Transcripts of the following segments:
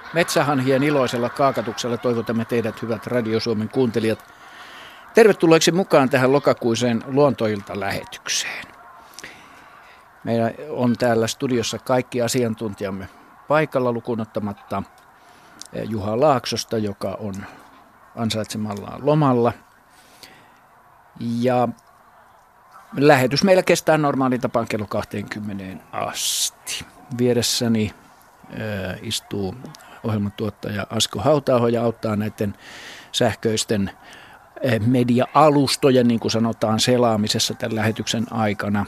Metsähanhien iloisella kaakatuksella toivotamme teidät, hyvät Radio Suomen kuuntelijat, tervetulleeksi mukaan tähän lokakuiseen Luontoilta-lähetykseen. Meillä on täällä studiossa kaikki asiantuntijamme paikalla lukuun ottamatta Juha Laaksosta, joka on ansaitsemallaan lomalla. Ja lähetys meillä kestää normaaliin tapaan kello 20 asti. Vieressäni istuu ohjelmatuottaja Asko Hauta-aho ja auttaa näiden sähköisten media-alustojen, niin kuin sanotaan, selaamisessa tämän lähetyksen aikana.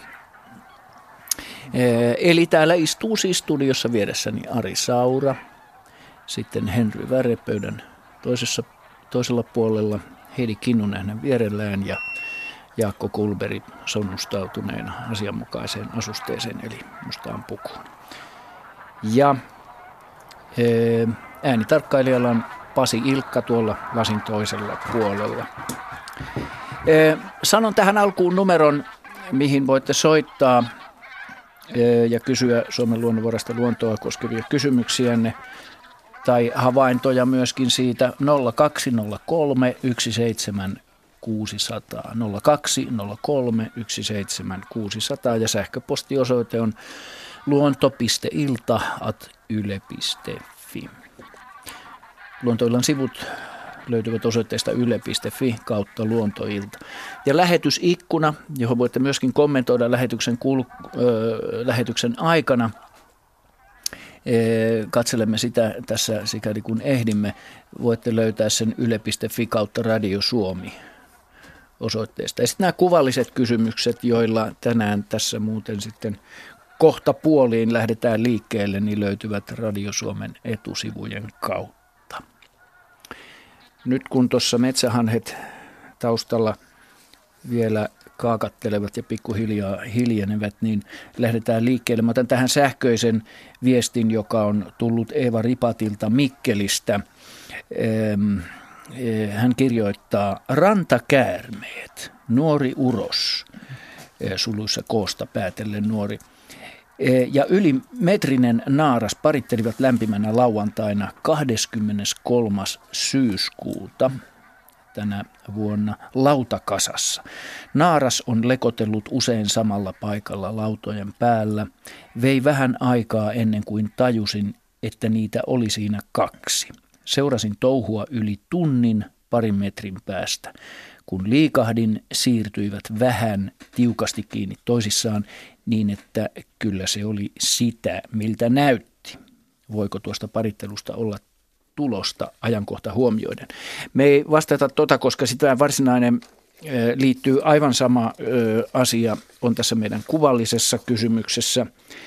Eli täällä istuu siis studiossa vieressäni Ari Saura, sitten Henry Värre pöydän toisella puolella, Heidi Kinnunen hänen vierellään ja Jaakko Kulberi sonnustautuneen asianmukaiseen asusteeseen eli mustaan pukuun. Ja äänitarkkailijalla on Pasi Ilkka tuolla lasin toisella puolella. Sanon tähän alkuun numeron, mihin voitte soittaa ja kysyä Suomen luonnonvarasta luontoa koskevia kysymyksiänne tai havaintoja myöskin siitä 0203 17600 0203 17600 ja sähköpostiosoite on luonto.ilta@yle.fi. Luontoillan sivut löytyvät osoitteesta yle.fi kautta luontoilta. Ja lähetysikkuna, johon voitte myöskin kommentoida lähetyksen aikana. Katselemme sitä tässä sikäli kun ehdimme. Voitte löytää sen yle.fi kautta Radio Suomi osoitteesta. Ja sitten nämä kuvalliset kysymykset, joilla tänään tässä muuten sitten kohta puoliin lähdetään liikkeelle, niin löytyvät Radio Suomen etusivujen kautta. Nyt kun tuossa metsähanhet taustalla vielä kaakattelevat ja pikkuhiljaa hiljenevät, niin lähdetään liikkeelle. Mä otan tähän sähköisen viestin, joka on tullut Eeva Ripatilta Mikkelistä. Hän kirjoittaa: rantakäärmeet, nuori uros, suluissa koosta päätellen nuori, ja ylimetrinen naaras parittelivat lämpimänä lauantaina 23. syyskuuta tänä vuonna lautakasassa. Naaras on lekotellut usein samalla paikalla lautojen päällä. Vei vähän aikaa ennen kuin tajusin, että niitä oli siinä 2. Seurasin touhua yli tunnin parin metrin päästä. Kun liikahdin, siirtyivät vähän tiukasti kiinni toisissaan niin, että kyllä se oli sitä, miltä näytti. Voiko tuosta parittelusta olla tulosta ajankohta huomioiden? Me ei vastata koska sitä varsinainen liittyy aivan sama asia on tässä meidän kuvallisessa kysymyksessä.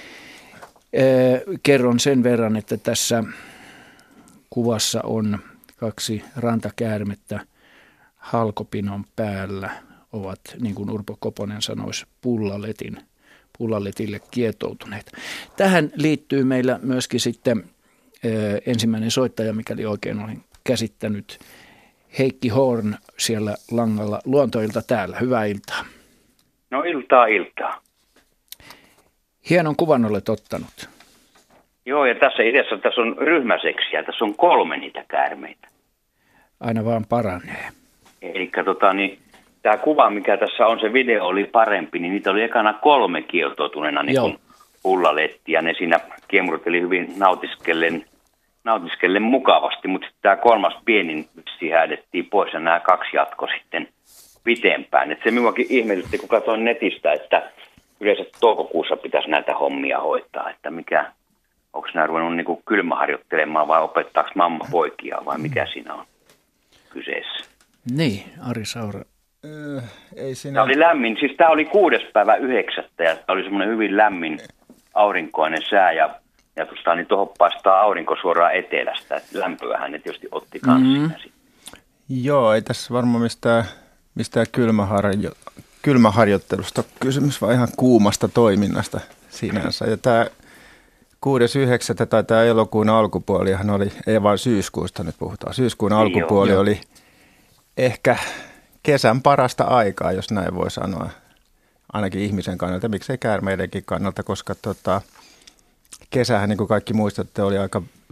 Kerron sen verran, että tässä kuvassa on 2 rantakäärmettä halkopinon päällä, ovat, niin kuin Urpo Koponen sanoisi, pullaletille kietoutuneet. Tähän liittyy meillä myöskin sitten ensimmäinen soittaja, mikäli oikein olen käsittänyt, Heikki Horn siellä langalla Luontoilta täällä. Hyvää iltaa. No iltaa. Hienon kuvan olet ottanut. Joo, ja tässä ideassa tässä on ryhmäseksiä. Tässä on 3 niitä käärmeitä. Aina vaan paranee. Eli tämä kuva, mikä tässä on, se video oli parempi, niin niitä oli ekana 3 kietoutuneena niin kuin pullaletti, ja ne siinä kiemurteli hyvin nautiskellen mukavasti, mutta tämä 3. pienin yksi häädettiin pois, ja nämä 2 jatko sitten pitempään. Et se minuakin ihmetytti, kun katsoin netistä, että yleensä toukokuussa pitäisi näitä hommia hoitaa, että onko nämä ruvennut niin kuin kylmäharjoittelemaan vai opettaako mamma poikia vai mikä siinä on kyseessä. Niin, Ari Saura. Ei siinä... Tämä oli lämmin, siis tämä oli 6.9. ja tämä oli semmoinen hyvin lämmin aurinkoinen sää ja niin tuohon paistaa aurinko suoraan etelästä, että lämpöähän ne tietysti otti kanssa. Joo, ei tässä varmaan mistään kylmäharjoittelusta kysymys, vaan ihan kuumasta toiminnasta sinänsä. Ja tämä 6.9. tai tämä elokuun alkupuolihan oli, ei vaan syyskuusta nyt puhutaan, syyskuun alkupuoli oli ehkä kesän parasta aikaa, jos näin voi sanoa, ainakin ihmisen kannalta, miksei käärmeidenkin kannalta, koska kesähän, niin kuin kaikki muistatte, oli aika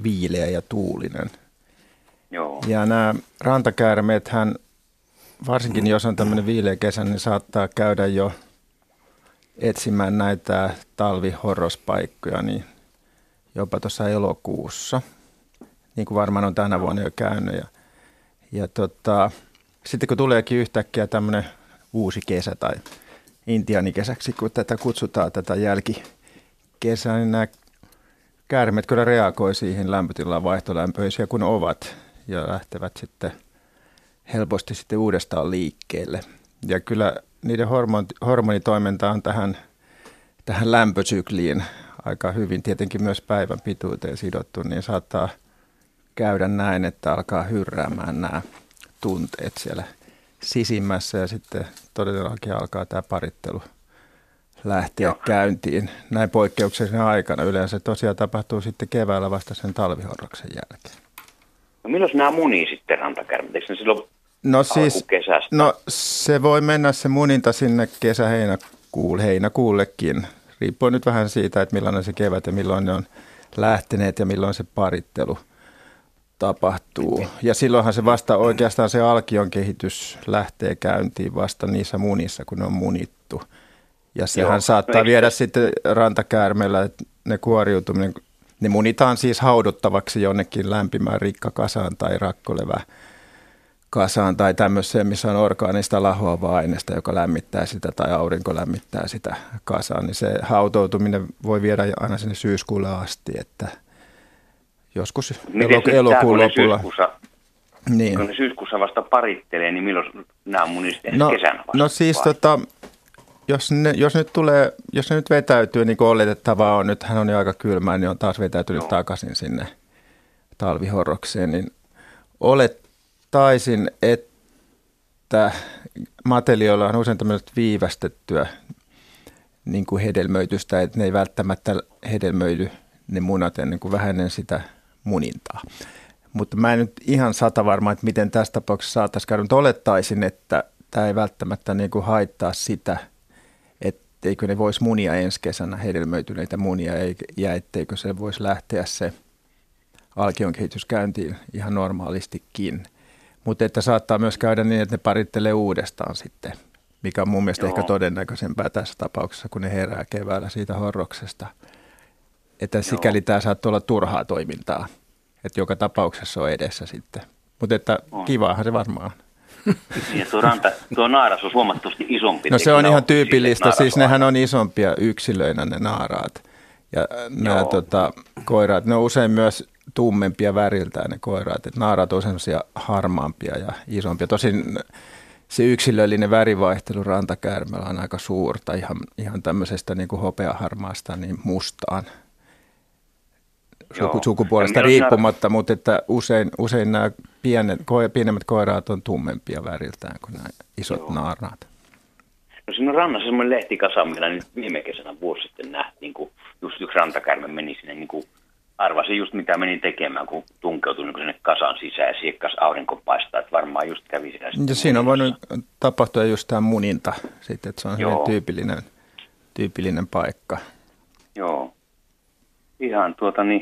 viileä ja tuulinen. Joo. Ja nämä rantakäärmeethän, varsinkin jos on tämmöinen viileä kesä, niin saattaa käydä jo etsimään näitä talvihorrospaikkoja niin jopa tuossa elokuussa, niin kuin varmaan on tänä vuonna jo käynyt. Ja sitten kun tuleekin yhtäkkiä tämmöinen uusi kesä tai intiaanikesäksi, kun tätä kutsutaan, tätä jälkikesää, niin nämä käärmeet kyllä reagoi siihen lämpötilaan vaihtolämpöisiä kun ovat ja lähtevät sitten helposti sitten uudestaan liikkeelle. Ja kyllä niiden hormonitoiminta on tähän lämpösykliin aika hyvin, tietenkin myös päivän pituuteen sidottu, niin saattaa käydä näin, että alkaa hyrräämään nämä tunteet siellä sisimmässä ja sitten todellakin alkaa tämä parittelu lähteä käyntiin näin poikkeuksellisena aikana. Yleensä tosiaan tapahtuu sitten keväällä vasta sen talvihorroksen jälkeen. No milloin nämä munii sitten rantakäärmeet? Eikö ne silloin alkukesästä? No se voi mennä se muninta sinne heinäkuullekin. Riippuen nyt vähän siitä, että millainen se kevät ja milloin ne on lähteneet ja milloin se parittelu tapahtuu. Ja silloinhan se vasta oikeastaan se alkion kehitys lähtee käyntiin vasta niissä munissa, kun ne on munittu. Ja sehän saattaa viedä sitten rantakäärmeellä, että ne kuoriutuminen, ne munitaan siis hauduttavaksi jonnekin lämpimään rikkakasaan tai rakkolevään kasaan tai tämmöiseen, missä on orgaanista lahoavaa aineesta, joka lämmittää sitä tai aurinko lämmittää sitä kasaan, niin se hautoutuminen voi viedä aina sinne syyskuulle asti, että joskus elokuun lopulla. Niin. Kun ne syyskuussa vasta parittelee, niin milloin nämä munii sitten kesänä vasta? No siis jos ne nyt vetäytyy, niin kuin oletettavaa on, nythän on jo aika kylmää, niin on taas vetäytynyt takaisin sinne talvihorrokseen, niin olettaisin, että matelioilla on usein tämmöistä viivästettyä niin kuin hedelmöitystä, että ne ei välttämättä hedelmöidy ne munat ennen kuin vähenen sitä munintaa. Mutta mä en nyt ihan varma, että miten tässä tapauksessa saataisiin käydä, mutta olettaisin, että tämä ei välttämättä niin kuin haittaa sitä, etteikö ne voisi munia ensi kesänä hedelmöityneitä munia ja etteikö se voisi lähteä se alkion kehitys käyntiin ihan normaalistikin. Mutta että saattaa myös käydä niin, että ne parittelee uudestaan sitten, mikä on mun mielestä ehkä todennäköisempää tässä tapauksessa, kun ne herää keväällä siitä horroksesta. Että sikäli tämä saattaa olla turhaa toimintaa, että joka tapauksessa on edessä sitten. Mutta että kivaahan se varmaan on. Ja tuo naaras on huomattavasti isompi. No se on ihan tyypillistä, siis nehän on isompia yksilöinä ne naaraat. Ja nämä koiraat, ne on usein myös tummempia väriltään ne koiraat. Et naaraat on sellaisia harmaampia ja isompia. Tosin se yksilöllinen värivaihtelu rantakäärmeellä on aika suurta, ihan tämmöisestä niin kuin hopeaharmaasta niin mustaan sukupuolesta riippumatta, mutta että usein nämä pienemmät koiraat on tummempia väriltään kuin nämä isot naaraat. No siinä on rannassa semmoinen lehtikasa, millä nyt viime kesänä vuosi sitten nähtiin, niin kuin just yksi rantakäärme meni sinne, niin kuin arvasin just mitä meni tekemään, kun tunkeutui niin sinne kasan sisään ja siekkas aurinko paistaa, että varmaan just kävi siellä. Ja siinä on voinut tapahtua just tämä muninta sitten, että se on hyvin tyypillinen paikka. Joo. Ihan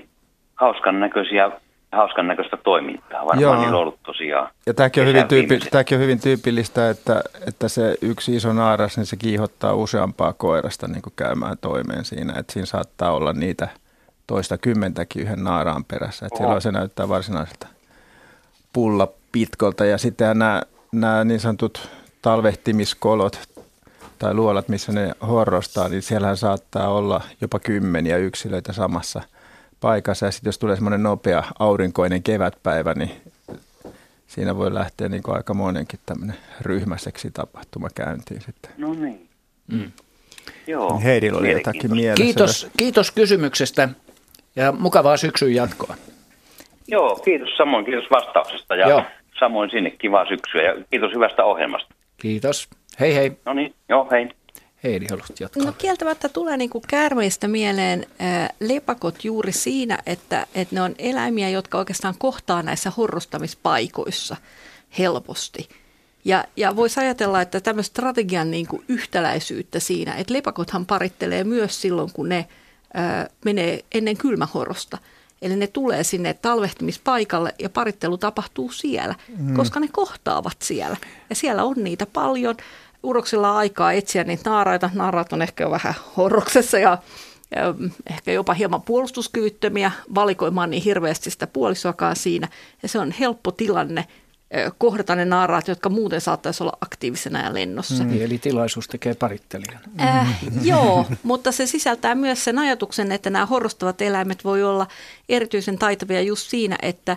hauskan näköistä toimintaa. Varmaan niillä on ollut tosiaan. Ja tämäkin on hyvin tyypillistä, että se yksi iso naaras, niin se kiihottaa useampaa koirasta niin kuin käymään toimeen siinä. Että siinä saattaa olla niitä toistakymmentäkin yhden naaraan perässä. Että silloin se näyttää varsinaiselta pullapitkolta. Ja sitten nämä niin sanotut talvehtimiskolot tai luolat, missä ne horrostaa, niin siellähän saattaa olla jopa 10 yksilöitä samassa paikassa. Ja sitten jos tulee semmoinen nopea aurinkoinen kevätpäivä, niin siinä voi lähteä niin kuin aika monenkin tämmöinen ryhmäiseksi tapahtuma käyntiin sitten. No niin. Joo. Heidillä oli jotakin mielessä. Kiitos kysymyksestä ja mukavaa syksyn jatkoa. Joo, kiitos samoin. Kiitos vastauksesta ja samoin sinne kivaa syksyä ja kiitos hyvästä ohjelmasta. Kiitos. Hei hei. No niin, hei. Heidi, haluaisit jatkaa? No kieltämättä tulee niin kuin käärmeistä mieleen lepakot juuri siinä, että ne on eläimiä, jotka oikeastaan kohtaa näissä horrostamispaikoissa helposti. Ja voisi ajatella, että tämmöistä strategian niin kuin yhtäläisyyttä siinä, että lepakothan parittelee myös silloin, kun ne menee ennen kylmähorrosta. Eli ne tulee sinne talvehtimispaikalle ja parittelu tapahtuu siellä, koska ne kohtaavat siellä. Ja siellä on niitä paljon. Uroksilla on aikaa etsiä niitä naaraita. Naaraat on ehkä jo vähän horroksessa ja ehkä jopa hieman puolustuskyvyttömiä valikoimaan niin hirveästi sitä puolisoakaan siinä. Ja se on helppo tilanne kohdata ne naaraat, jotka muuten saattaisi olla aktiivisena ja lennossa. Eli tilaisuus tekee parittelijan. Joo, mutta se sisältää myös sen ajatuksen, että nämä horrostavat eläimet voi olla erityisen taitavia just siinä, että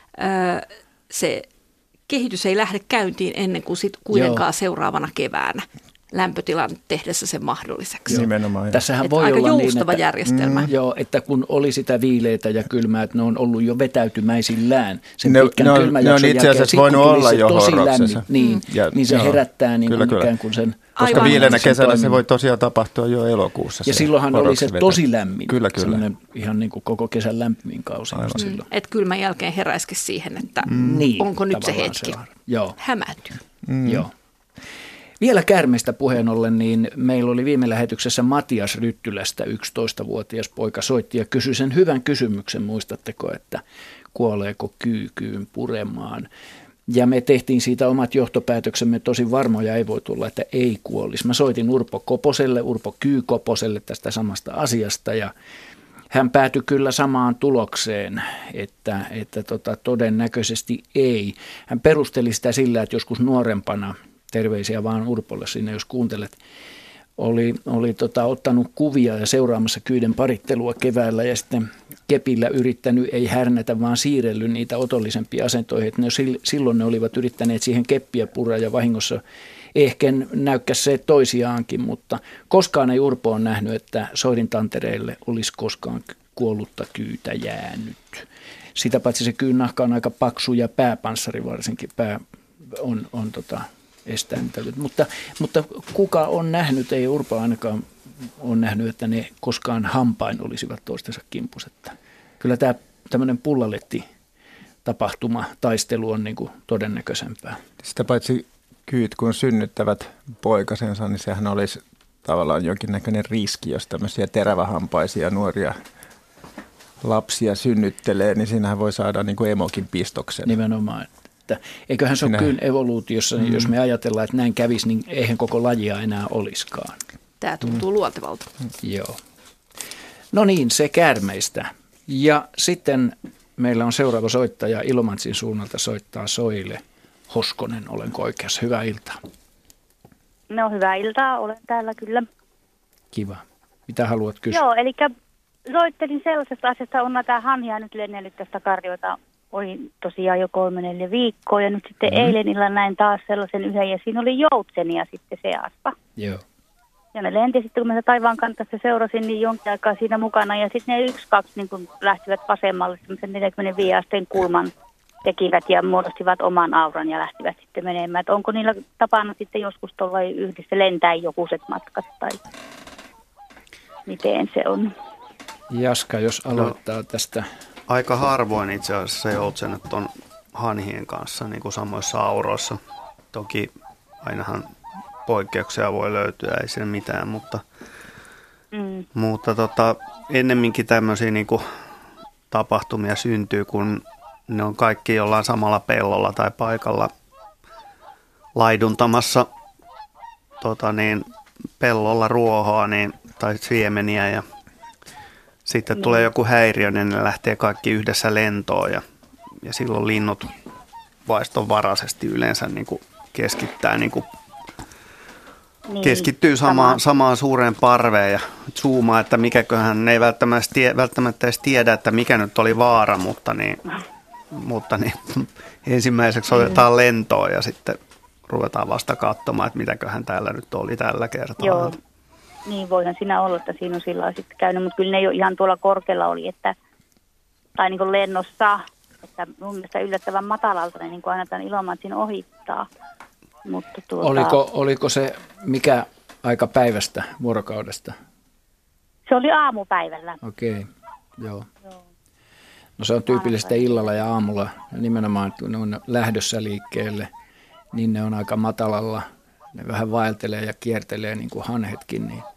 se kehitys ei lähde käyntiin ennen kuin sit kuitenkaan seuraavana keväänä lämpötilan tehdessä sen mahdolliseksi. Nimenomaan. Tässähän voi aika olla joustava niin, järjestelmä. Joo, että kun oli sitä viileitä ja kylmää, että ne on ollut jo vetäytymäisillään sen pitkän kylmän jakson itse asiassa voinut olla jo horroksessa. Niin se herättää niin kuin ikään kuin sen. Koska viileänä kesänä se voi tosiaan tapahtua jo elokuussa. Ja silloinhan oli se tosi lämmin. Kyllä. Ihan niin kuin koko kesän lämpimin kausi. Että kylmän jälkeen heräisikin siihen, että onko nyt se hetki. Hämätyy. Joo. Vielä käärmeistä puheen ollen, niin meillä oli viime lähetyksessä Matias Ryttylästä 11-vuotias poika soitti ja kysyi sen hyvän kysymyksen, muistatteko, että kuoleeko kyykyyn puremaan. Ja me tehtiin siitä omat johtopäätöksemme, tosi varmoja ei voi tulla, että ei kuolisi. Mä soitin Urpo Kyykoposelle tästä samasta asiasta ja hän päätyi kyllä samaan tulokseen, että todennäköisesti ei. Hän perusteli sitä sillä, että joskus nuorempana, terveisiä vaan Urpolle sinne, jos kuuntelet, oli ottanut kuvia ja seuraamassa kyyden parittelua keväällä ja sitten kepillä yrittänyt, ei härnätä, vaan siirrellyt niitä otollisempia asentoihin. Että silloin ne olivat yrittäneet siihen keppiä purra ja vahingossa ehkä näykkässeet toisiaankin, mutta koskaan ei Urpo ole nähnyt, että Soidintantereelle olisi koskaan kuollutta kyytä jäänyt. Sitä paitsi se kyyn nahka on aika paksu ja pääpanssari varsinkin, pää on estänyt. Mutta kuka on nähnyt, ei Urpo ainakaan ole nähnyt, että ne koskaan hampain olisivat toistensa kimpusetta. Kyllä tämä tämmöinen pullalletti-tapahtuma, taistelu on niin kuin todennäköisempää. Sitä paitsi kyyt, kun synnyttävät poikasensa, niin sehän olisi tavallaan jonkinnäköinen riski, jos tämmöisiä terävähampaisia nuoria lapsia synnyttelee, niin siinähän voi saada niin kuin emokin pistoksen. Nimenomaan. Eiköhän se ole kyyn evoluutiossa, niin jos me ajatellaan, että näin kävisi, niin eihän koko lajia enää olisikaan. Tämä tuntuu luontevalta. Joo. No niin, se käärmeistä. Ja sitten meillä on seuraava soittaja Ilomantsin suunnalta soittaa Soile Hoskonen. Olenko oikeassa? Hyvää iltaa. No hyvää iltaa, olen täällä kyllä. Kiva. Mitä haluat kysyä? Joo, eli soittelin sellaisesta asiasta, on näitä hanhia nyt lennellyt tästä Karjoita. Oli tosiaan jo 3-4 viikkoa ja nyt sitten eilen illalla näin taas sellaisen yhden ja siinä oli joutsenia sitten seassa. Joo. Ja ne lenti sitten, kun mä taivaan kanssa seurasin, niin jonkin aikaa siinä mukana ja sitten ne 1-2 niin kun lähtivät vasemmalle semmoisen 45 asteen kulman tekivät ja muodostivat oman auran ja lähtivät sitten menemään. Et onko niillä tapana sitten joskus tuolla yhdessä lentää jokuset matkat tai miten se on? Jaska, jos aloittaa tästä. Aika harvoin itse asiassa joutsenet on hanhien kanssa niin kuin samoissa auroissa. Toki ainahan poikkeuksia voi löytyä, ei siinä mitään, mutta ennemminkin tämmöisiä niin kuin tapahtumia syntyy, kun ne on kaikki jollain samalla pellolla tai paikalla laiduntamassa pellolla ruohoa tai siemeniä ja sitten tulee joku häiriö, niin ne lähtee kaikki yhdessä lentoon ja silloin linnut vaistonvaraisesti yleensä niin kuin keskittää, keskittyy samaan suureen parveen ja zoomaa, että mikäköhän, ne ei välttämättä edes tiedä, että mikä nyt oli vaara, mutta ensimmäiseksi otetaan lentoon ja sitten ruvetaan vasta katsomaan, että mitäköhän täällä nyt oli tällä kertaa. Joo. Niin voihan siinä olla, että siinä on sillä sitten käynyt, mutta kyllä ne jo ihan tuolla korkealla oli, tai niin kuin lennossa, että mun mielestä yllättävän matalalta ne niin kuin aina tämän Ilomantsin ohittaa. Mutta Oliko se mikä aika päivästä, vuorokaudesta? Se oli aamupäivällä. Okei, joo. No se on tyypillistä illalla ja aamulla, nimenomaan kun ne on lähdössä liikkeelle, niin ne on aika matalalla. Ne vähän vaeltelee ja kiertelee niin kuin hanhetkin, niin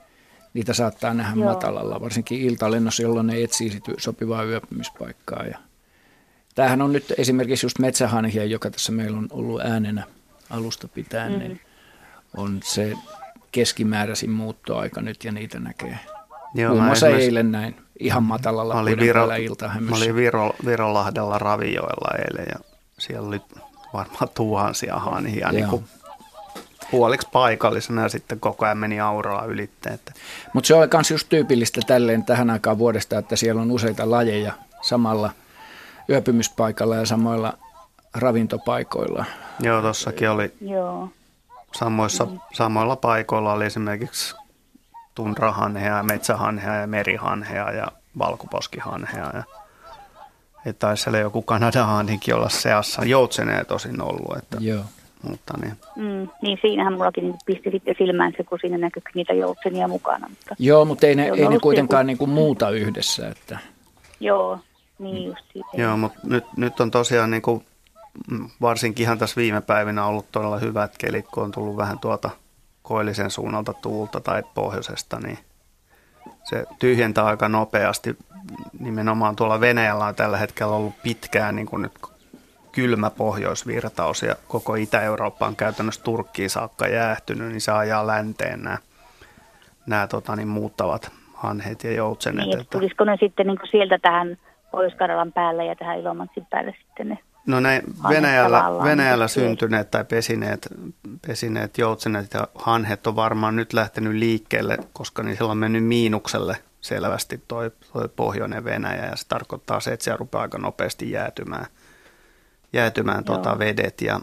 niitä saattaa nähdä matalalla, varsinkin iltalennossa, jolloin ne etsii sopivaa yöpymispaikkaa. Ja tämähän on nyt esimerkiksi just metsähanhia, joka tässä meillä on ollut äänenä alusta pitäen, niin on se keskimääräisin muuttoaika nyt ja niitä näkee. Joo, muun muassa eilen näin ihan matalalla Mä olin Virolahdella Ravijoella eilen ja siellä oli varmaan tuhansia hanhia niin kuin puoliksi paikallisena ja sitten koko ajan meni auroa ylitteen. Mutta se on myös just tyypillistä tälleen tähän aikaan vuodesta, että siellä on useita lajeja samalla yöpymispaikalla ja samoilla ravintopaikoilla. Joo, tossakin oli samoilla paikoilla oli esimerkiksi tundrahanhea, metsähanhea ja merihanhea ja valkoposkihanhea. Ja taisi siellä joku kanadahanhikin olla seassa. Joutsenee tosin ollut. Joo. Mutta niin. Niin siinähän mullakin pisti sitten silmään se, kun siinä näkyy niitä joutsenia mukana. Mutta joo, mutta ei ne kuitenkaan niin kuin muuta yhdessä. Että. Joo, niin just siitä. Joo, mutta nyt on tosiaan niin kuin, varsinkin ihan tässä viime päivinä ollut todella hyvät kelit, kun on tullut vähän tuolta koillisen suunnalta tuulta tai pohjoisesta, niin se tyhjentää aika nopeasti. Nimenomaan tuolla Venäjällä on tällä hetkellä ollut pitkään niin kuin nyt kylmä pohjoisvirtaus ja koko Itä-Eurooppa on käytännössä Turkkiin saakka jäähtynyt, niin se ajaa länteen nämä muuttavat hanhet ja joutsenet. Niin, tulisiko ne sitten niin kuin sieltä tähän Pohjois-Karjalan päälle ja tähän Ilomantsin päälle sitten ne? No ne Venäjällä syntyneet tai pesineet joutsenet ja hanhet on varmaan nyt lähtenyt liikkeelle, koska niin siellä on mennyt miinukselle selvästi toi pohjoinen Venäjä ja se tarkoittaa se, että siellä rupeaa aika nopeasti jäätymään vedet ja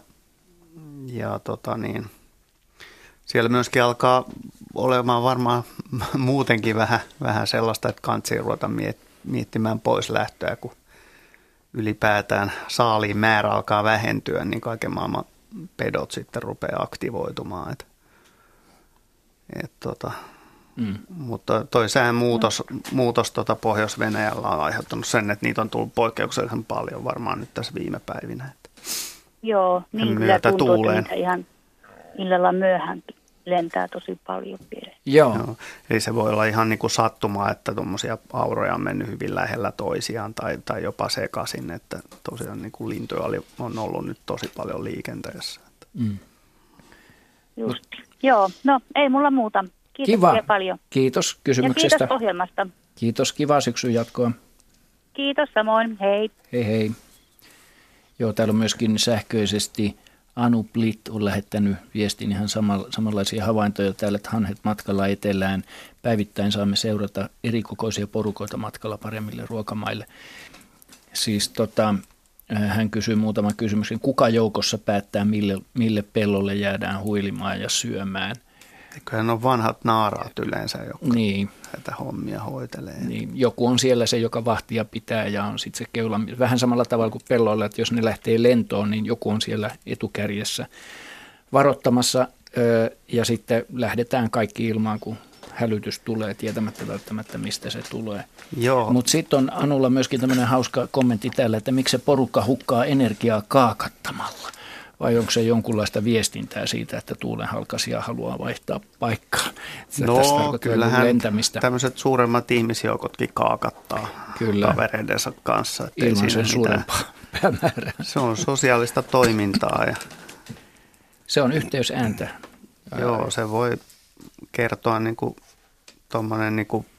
siellä myöskin alkaa olemaan varmaan muutenkin vähän sellaista, että kantsii ruveta miettimään pois lähtöä, kun ylipäätään saaliin määrä alkaa vähentyä, niin kaiken maailman pedot sitten rupeaa aktivoitumaan. Mutta toi sään muutos Pohjois-Venäjällä on aiheuttanut sen, että niitä on tullut poikkeuksellisen paljon varmaan nyt tässä viime päivinä. Joo, niin kyllä tuntuu, että ihan illalla myöhään lentää tosi paljon vielä. Joo. Eli se voi olla ihan niin kuin sattumaa, että tuommoisia auroja on mennyt hyvin lähellä toisiaan tai jopa sekaisin, että tosiaan niin kuin lintuja on ollut nyt tosi paljon liikenteessä. Just. Joo, no ei mulla muuta. Kiitos kiva. Paljon. Kiitos kysymyksestä. Ja kiitos ohjelmasta. Kiitos, kivaa syksyn jatkoa. Kiitos samoin, hei. Hei hei. Joo, täällä on myöskin sähköisesti Anu Blit on lähettänyt viestin ihan samanlaisia havaintoja täällä, että hanhet matkalla etelään. Päivittäin saamme seurata erikokoisia porukoita matkalla paremmille ruokamaille. Siis hän kysyy muutaman kysymyksen. Kuka joukossa päättää, mille pellolle jäädään huilimaan ja syömään? Eiköhän on vanhat naaraat yleensä, jotka näitä hommia hoitelee. Niin, joku on siellä se, joka vahtia pitää ja on sitten se keula. Vähän samalla tavalla kuin pelloilla, että jos ne lähtee lentoon, niin joku on siellä etukärjessä varoittamassa ja sitten lähdetään kaikki ilmaan, kun hälytys tulee, tietämättä välttämättä mistä se tulee. Mutta sitten on Anulla myöskin tämmöinen hauska kommentti täällä, että miksi se porukka hukkaa energiaa kaakattamalla. Vai onko se jonkunlaista viestintää siitä, että tuulenhalkaisija haluaa vaihtaa paikkaa? No kyllähän tämmöiset suuremmat ihmisjoukotkin kaakattaa kavereidensa kanssa. Ilman sen suurempaa päämäärää. Se on sosiaalista toimintaa. Se on yhteysääntä. Joo, se voi kertoa tuommoinen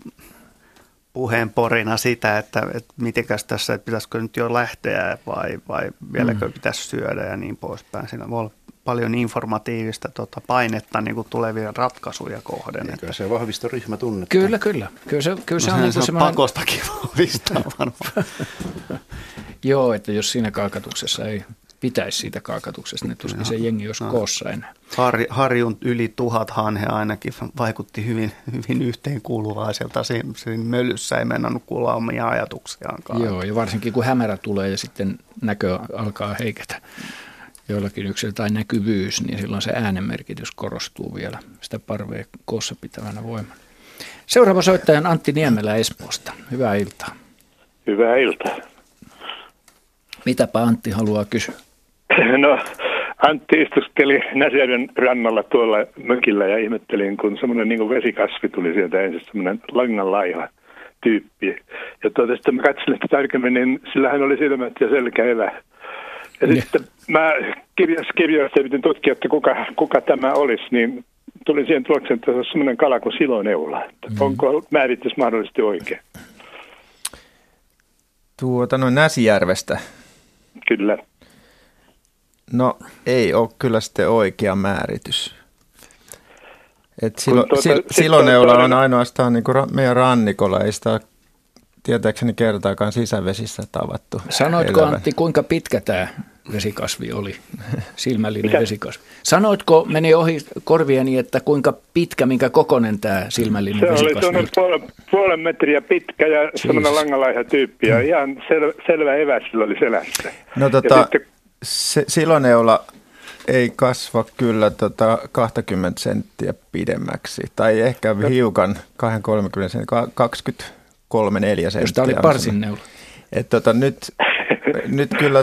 puheenporina sitä, että mitenkäs tässä, että pitäisikö nyt jo lähteä vai vieläkö pitäisi syödä ja niin poispäin. Siinä voi olla paljon informatiivista painetta tulevia ratkaisuja kohden. Eikö se vahvista ryhmätunnetta? Kyllä. Kyllä se on semmoinen pakostakin vahvistaa varmaan. Joo, että jos siinä kaakatuksessa ei pitäisi siitä kaakatuksesta, niin tuskin se jengi olisi koossa enää. Harjun yli 1000 hanhea ainakin vaikutti hyvin yhteenkuuluvaiselta. Siinä mölyssä ei mennä kuulla omia ajatuksiaankaan. Joo, ja varsinkin kun hämärä tulee ja sitten näkö alkaa heiketä joillakin yksilöillä tai näkyvyys, niin silloin se äänenmerkitys korostuu vielä sitä parvea koossa pitävänä voimana. Seuraava soittaja on Antti Niemelä Espoosta. Hyvää iltaa. Hyvää iltaa. Mitäpä Antti haluaa kysyä? No, Antti istuskeli Näsijärven rannalla tuolla mökillä ja ihmettelin, kun semmoinen niin kuin vesikasvi tuli sieltä ensin, semmoinen langanlaiha tyyppi. Ja sitten mä katselin sitä tarkemmin, niin sillähän oli silmät ja selkäevä. Ja sitten mä kirjoista yritin tutkia, että kuka tämä olisi, niin tulin siihen tulokseen, että se on semmoinen kala kuin siloneula. Onko määritys mahdollisesti oikein? Näsijärvestä. Kyllä. No ei ole kyllä sitten oikea määritys. Siloneula on ainoastaan niin kuin meidän rannikolla, ei sitä tietääkseni kertaakaan sisävesissä tavattu. Sanoitko Antti, kuinka pitkä tämä vesikasvi oli, silmällinen vesikasvi? Sanoitko, meni ohi korvieni, että kuinka pitkä, minkä kokoinen tämä silmällinen vesikasvi oli? Se on puolen metriä pitkä ja semmoinen langanlaiha tyyppi ja ihan selvä evä sillä oli selässä. No siloneula ei kasva kyllä 20 senttiä pidemmäksi, tai ehkä hiukan 20-30 senttiä, 23-4 senttiä. Jos tämä oli parsinneula. Nyt kyllä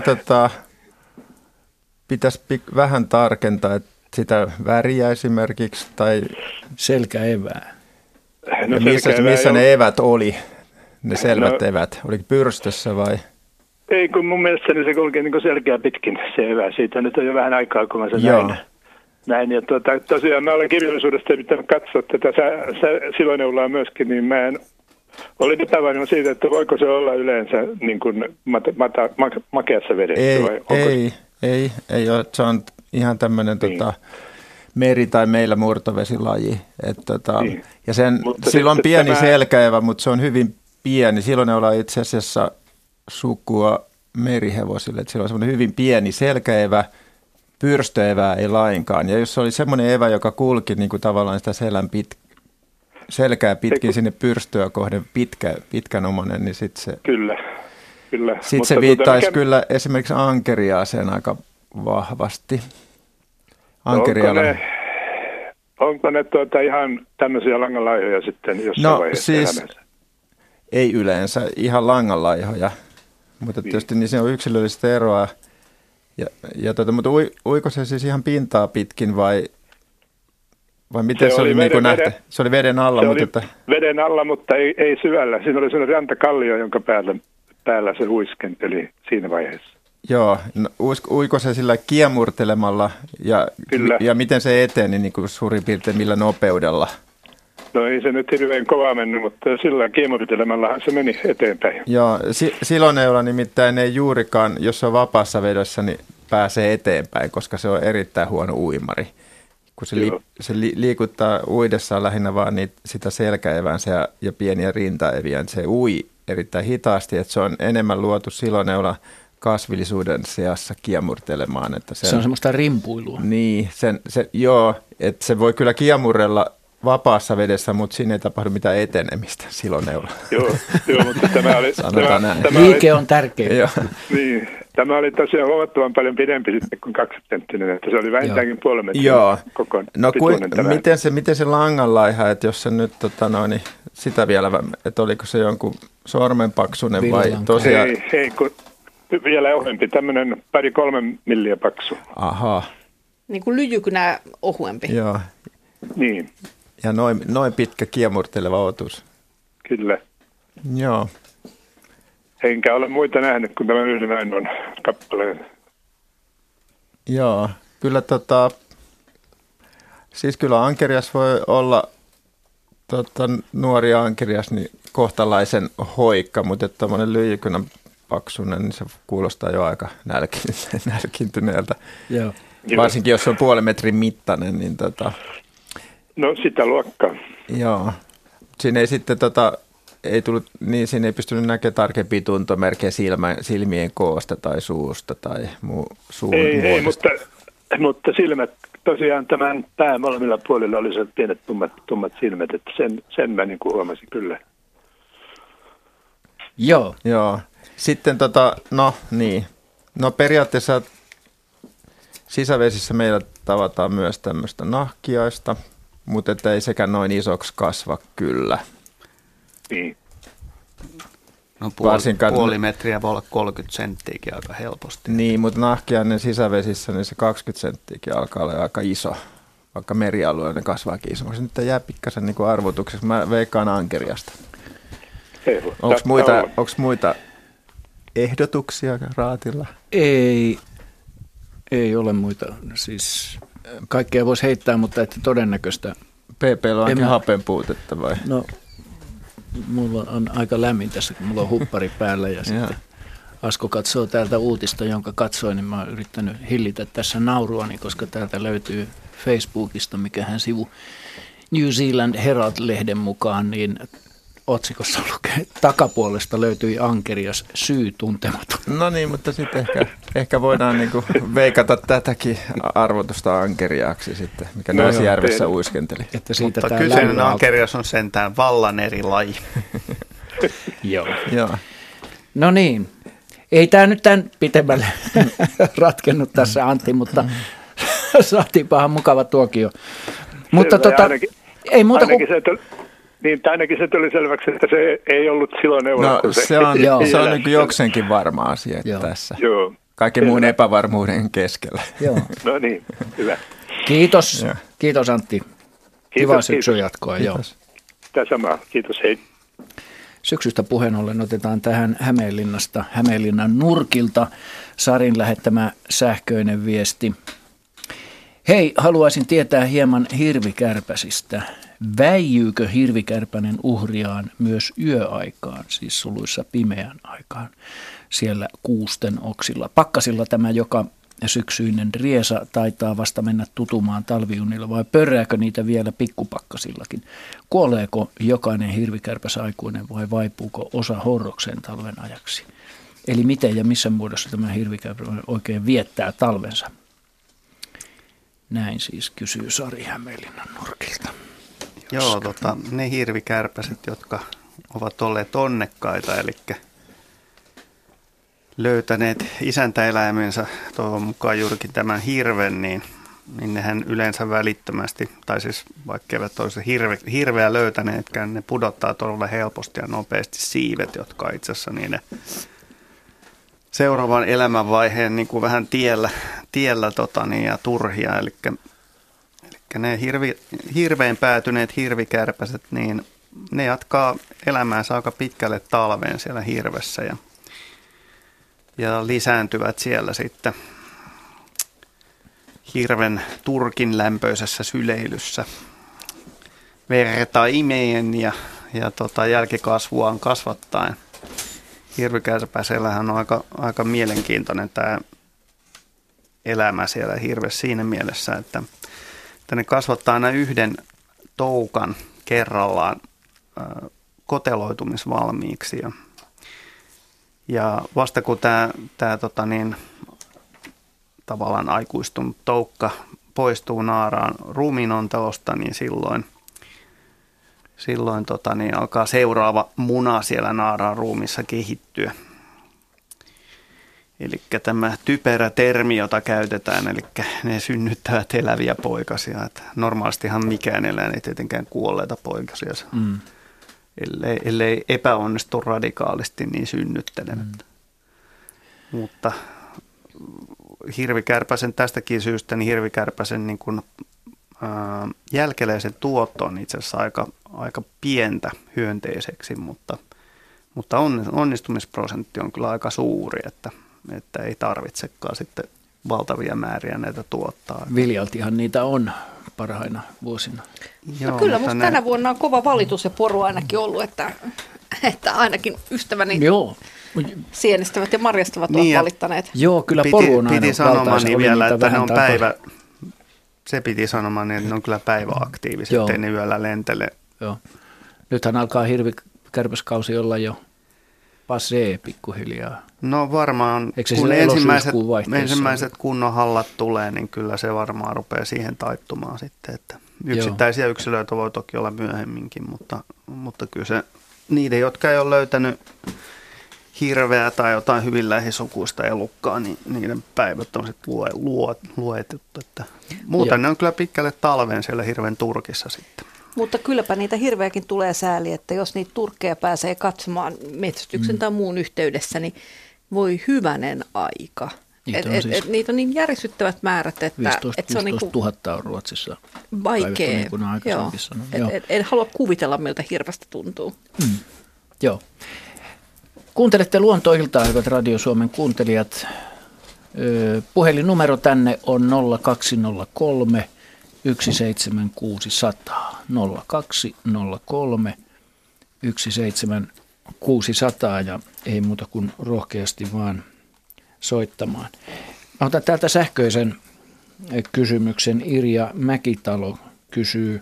pitäisi vähän tarkentaa, että sitä väriä esimerkiksi, tai selkäevää. No missä ne evät oli, ne selvät evät, oliko pyrstössä vai? Ei, kun mun mielestäni se kulkee niin selkeä pitkin se evä. Siitä nyt on jo vähän aikaa, kun mä sen näin. Ja tosiaan mä olen kirjallisuudesta yrittänyt katsoa tätä siloneulaa myöskin, niin mä olin epävarma siitä, että voiko se olla yleensä niin kuin makeassa vedessä. Ei ole. Se on ihan tämmöinen meri- tai meillä murtovesilaji. Niin. Ja sillä on pieni selkäevä, mutta se on hyvin pieni. Siloneula on itse asiassa sukua merihevosille, että sillä on semmoinen hyvin pieni selkäevä, pyrstöevää ei lainkaan. Ja jos se oli semmoinen evä, joka kulki niin kuin tavallaan sitä selkää pitkin sinne pyrstöä kohden pitkänomainen, niin sitten se... Kyllä. Sitten se viittaisi kyllä esimerkiksi ankeriaaseen aika vahvasti. Onko ne ihan tämmöisiä langanlaihoja sitten jossain vaiheessa elämässä? Ei yleensä ihan langanlaihoja, mutta tietysti niin se on yksilöllistä eroa. Mutta uiko se siis ihan pintaa pitkin vai miten se oli niin kuin nähty? Se oli veden alla. Veden alla, mutta ei syvällä. Siinä oli sellainen rantakallio, jonka päällä se huiskenteli siinä vaiheessa. Joo, no, uiko se sillä kiemurtelemalla ja miten se eteni niin kuin suurin piirtein millä nopeudella? No ei se nyt hirveän kovaa mennyt, mutta sillä kiemurtelemallahan se meni eteenpäin. Joo, siloneula nimittäin ei juurikaan, jos se on vapaassa vedossa, niin pääsee eteenpäin, koska se on erittäin huono uimari. Kun se liikuttaa uidessaan lähinnä vaan sitä selkäevänsä ja pieniä rintaeviä, niin se ui erittäin hitaasti, että se on enemmän luotu siloneula kasvillisuuden seassa kiemurtelemaan. Että se on semmoista rimpuilua. Niin, että se voi kyllä kiemurrella vapaassa vedessä, mutta siinä ei tapahdu mitään etenemistä siloneula. Joo, mutta tämä oli... Sanotaan näin. Liike on tärkeä. Niin, tämä oli tosiaan huomattavan paljon pidempi sitten kuin 2 senttinen, että se oli vähintäänkin puolen metrin koko pituinen. Miten se langanlaiha, että jos se nyt sitä vielä, että oliko se jonkun sormenpaksunen vai tosiaan... Ei, kun vielä ohuempi, tämmöinen 2-3 milliä paksu. Ahaa. Niin kuin lyijykynä ohuempi. Joo. Niin. Ja noin pitkä kiemurteleva otus. Kyllä. Joo. Enkä ole muita nähnyt, kun tämän yhden ainoan kappaleen. Joo, kyllä siis kyllä ankerias voi olla nuori ankerias niin kohtalaisen hoikka, mutta tämmöinen lyijykynän paksunen, niin se kuulostaa jo aika nälkiintyneeltä. Joo. Varsinkin jos se on puolen metrin mittainen, niin No sitä luokkaa. Joo. Siinä ei sitten ei tullut, niin siinä ei pystynyt näkemään tarkempia tuntomerkkejä silmien koosta tai suusta tai suun muodosta. Mutta silmät, tosiaan tämän pään molemmilla puolilla oli se pienet tummat silmät, että sen mä niin kuin huomasin kyllä. Joo. Sitten no periaatteessa sisävesissä meillä tavataan myös tämmöistä nahkiaista, mutta ei sekään noin isoksi kasva kyllä. Niin. No puoli metriä voi olla 30 senttiäkin aika helposti. Niin, mutta nahkiainen sisävesissä, niin se 20 senttiäkin alkaa olla aika iso. Vaikka merialueella ne kasvaakin isommaksi. Nyt jää pikkasen niin arvotukseksi. Mä veikkaan ankeriasta. Onko muita ehdotuksia raatilla? Ei ole muita. Siis kaikkea voisi heittää, mutta että todennäköistä. PP:llä on ainakin hapen puutetta vai? No, mulla on aika lämmin tässä, kun mulla on huppari päällä ja sitten Asko katsoo täältä uutista, jonka katsoin, niin mä oon yrittänyt hillitä tässä nauruani, koska täältä löytyy Facebookista, mikähän sivu New Zealand Herald-lehden mukaan, niin otsikossa lukee, takapuolesta löytyi ankerias, syy tuntematon. No niin, mutta sitten ehkä voidaan niinku veikata tätäkin arvotusta ankeriaaksi sitten, mikä Näsjärvessä uiskenteli. Että siitä mutta kyseinen ankerias on sentään vallan eri laji. Joo. No niin, ei tämä nyt tämän pitemmälle ratkennut tässä, Antti, mutta saatiinpahan mukava tuokio. Mutta ei muuta kuin... Niin, ainakin se tuli selväksi, että se ei ollut silloin euro. No se on niin jokseenkin varma asia tässä. Joo. Kaiken muun epävarmuuden keskellä. Joo. No niin, hyvä. Kiitos Antti. Kiva syksyn jatkoa. Kiitos. Tämä sama. Kiitos, hei. Syksystä puheen ollen otetaan tähän Hämeenlinnan nurkilta Sarin lähettämä sähköinen viesti. Hei, haluaisin tietää hieman hirvikärpäsistä. Väijyykö hirvikärpänen uhriaan myös yöaikaan, siis suluissa pimeän aikaan, siellä kuusten oksilla? Pakkasilla tämä joka syksyinen riesa taitaa vasta mennä tutumaan talviunilla, vai pörrääkö niitä vielä pikkupakkasillakin? Kuoleeko jokainen hirvikärpäs aikuinen vai vaipuuko osa horrokseen talven ajaksi? Eli miten ja missä muodossa tämä hirvikärpäs oikein viettää talvensa? Näin siis kysyy Sari Hämeenlinnan nurkilta. Joo, ne hirvikärpäset, jotka ovat olleet onnekkaita, eli löytäneet isäntäeläimensä, toivon mukaan juurikin tämän hirven, niin nehän yleensä välittömästi, tai siis vaikka eivät olisi hirveä löytäneetkään, ne pudottaa todella helposti ja nopeasti siivet, jotka itse asiassa niiden seuraavan elämänvaiheen niin kuin vähän tiellä ja turhia, eli ne hirveen päätyneet hirvikärpäset, niin ne jatkaa elämäänsä aika pitkälle talveen siellä hirvessä ja lisääntyvät siellä sitten hirven turkin lämpöisessä syleilyssä verta imeen ja jälkikasvuaan kasvattaen. Hirvikärpäsellähän on aika mielenkiintoinen tämä elämä siellä hirvessä siinä mielessä, että ne kasvattaa aina yhden toukan kerrallaan koteloitumisvalmiiksi. Ja vasta kun tämä tavallaan aikuistunut toukka poistuu naaraan ruumiinontelosta, niin silloin alkaa seuraava muna siellä naaraan ruumissa kehittyä. Eli tämä typerä termi, jota käytetään, eli ne synnyttävät eläviä poikasia. Että normaalistihan mikään eläin ei tietenkään kuolleita poikasia, ellei epäonnistu radikaalisti, niin synnyttelevät. Mutta hirvikärpäsen tästäkin syystä, niin hirvikärpäsen niin kuin, jälkeläisen tuotto on itse asiassa aika pientä hyönteiseksi, mutta onnistumisprosentti on kyllä aika suuri, että ei tarvitsekaan sitten valtavia määriä näitä tuottaa. Viljaltihan niitä on parhaina vuosina. Joo, no kyllä, mutta tänä vuonna on kova valitus ja poru ainakin ollut, että ainakin ystäväni sienistävät ja marjastavat ovat valittaneet. Joo, kyllä poru on aina piti sanomani vielä, että ne on se piti sanomaan, että ne on kyllä päiväaktiiviset, ettei ne yöllä lentele. Joo. Nythän alkaa hirvikärpäskausi olla jo passee pikkuhiljaa. No varmaan, kun ensimmäiset kunnon hallat tulee, niin kyllä se varmaan rupeaa siihen taittumaan sitten. Että yksittäisiä yksilöitä voi toki olla myöhemminkin, mutta kyllä se niiden, jotka ei ole löytänyt hirveä tai jotain hyvin lähisukuista elukkaa, niin niiden päivät on sitten luetettu. Muuten ne on kyllä pitkälle talveen siellä hirven turkissa sitten. Mutta kylläpä niitä hirveäkin tulee sääli, että jos niitä turkkeja pääsee katsomaan metsästyksen tai muun yhteydessä, niin voi hyvänen aika. Niitä on niin järisyttävät määrät, että 15 se on niin kuin 000 on Ruotsissa. Vaikea. En halua kuvitella, miltä hirveästi tuntuu. Joo. Kuuntelette Luontoiltaa, hyvät Radio Suomen kuuntelijat. Puhelinnumero tänne on 0203 17600. 0203 17600 ja ei muuta kuin rohkeasti vaan soittamaan. Mä otan täältä sähköisen kysymyksen. Irja Mäkitalo kysyy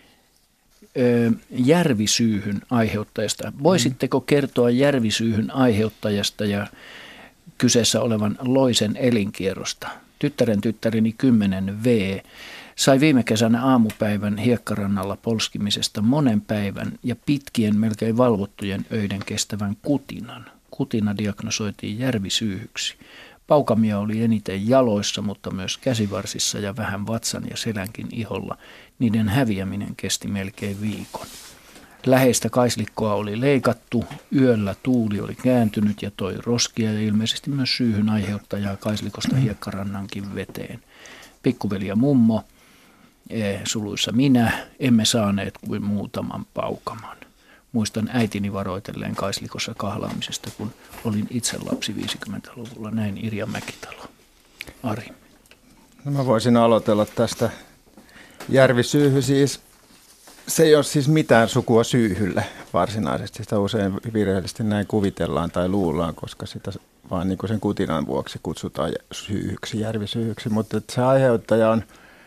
järvisyyhyn aiheuttajasta. Voisitteko kertoa järvisyyhyn aiheuttajasta ja kyseessä olevan loisen elinkierrosta? Tyttäreni 10V sai viime kesänä aamupäivän hiekkarannalla polskimisesta monen päivän ja pitkien melkein valvottujen öiden kestävän kutinan. Kutina diagnosoitiin järvisyyhyksi. Paukamia oli eniten jaloissa, mutta myös käsivarsissa ja vähän vatsan ja selänkin iholla. Niiden häviäminen kesti melkein viikon. Läheistä kaislikkoa oli leikattu, yöllä tuuli oli kääntynyt ja toi roskia ja ilmeisesti myös syyhyn aiheuttajaa kaislikosta hiekkarannankin veteen. Pikkuveli ja mummo, suluissa minä, emme saaneet kuin muutaman paukaman. Muistan äitini varoitelleen kaislikossa kahlaamisesta, kun olin itse lapsi 50-luvulla. Näin Irja Mäkitalo. Ari. No mä voisin aloitella tästä. Järvisyyhy siis, se ei ole siis mitään sukua syyhylle varsinaisesti. Sitä usein virheellisesti näin kuvitellaan tai luullaan, koska sitä vaan niin kuin sen kutinan vuoksi kutsutaan syyhyksi, järvisyyhyksi. Mutta se aiheuttaja on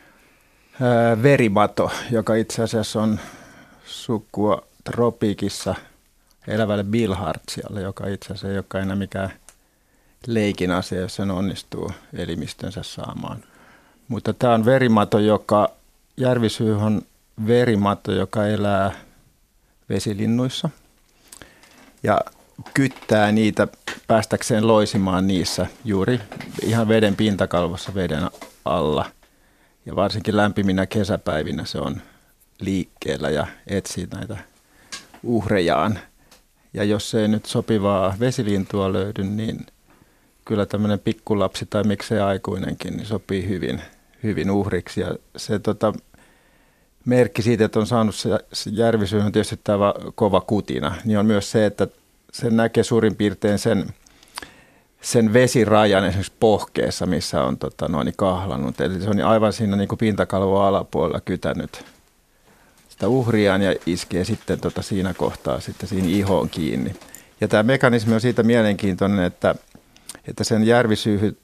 verimato, joka itse asiassa on sukua tropiikissa elävälle bilhartsialle, joka itse asiassa ei olekaan enää mikään leikin asia, jos sen onnistuu elimistönsä saamaan. Mutta tämä on verimato, järvisyyhy on verimato, joka elää vesilinnuissa ja kyttää niitä päästäkseen loisimaan niissä juuri ihan veden pintakalvossa veden alla. Ja varsinkin lämpiminä kesäpäivinä se on liikkeellä ja etsii näitä uhrejaan. Ja jos ei nyt sopivaa vesilintua löydy, niin kyllä tämmöinen pikkulapsi tai miksei aikuinenkin niin sopii hyvin uhriksi. Ja se merkki siitä, että on saanut se järvisyyhy on tietysti tämä kova kutina, niin on myös se, että se näkee suurin piirtein sen vesirajan esimerkiksi pohkeessa, missä on kahlannut. Eli se on aivan siinä niin kuin pintakalvon alapuolella kytänyt sitä uhriaan ja iskee sitten siinä kohtaa sitten siinä ihoon kiinni. Ja tämä mekanismi on siitä mielenkiintoinen, että sen järvisyyhy,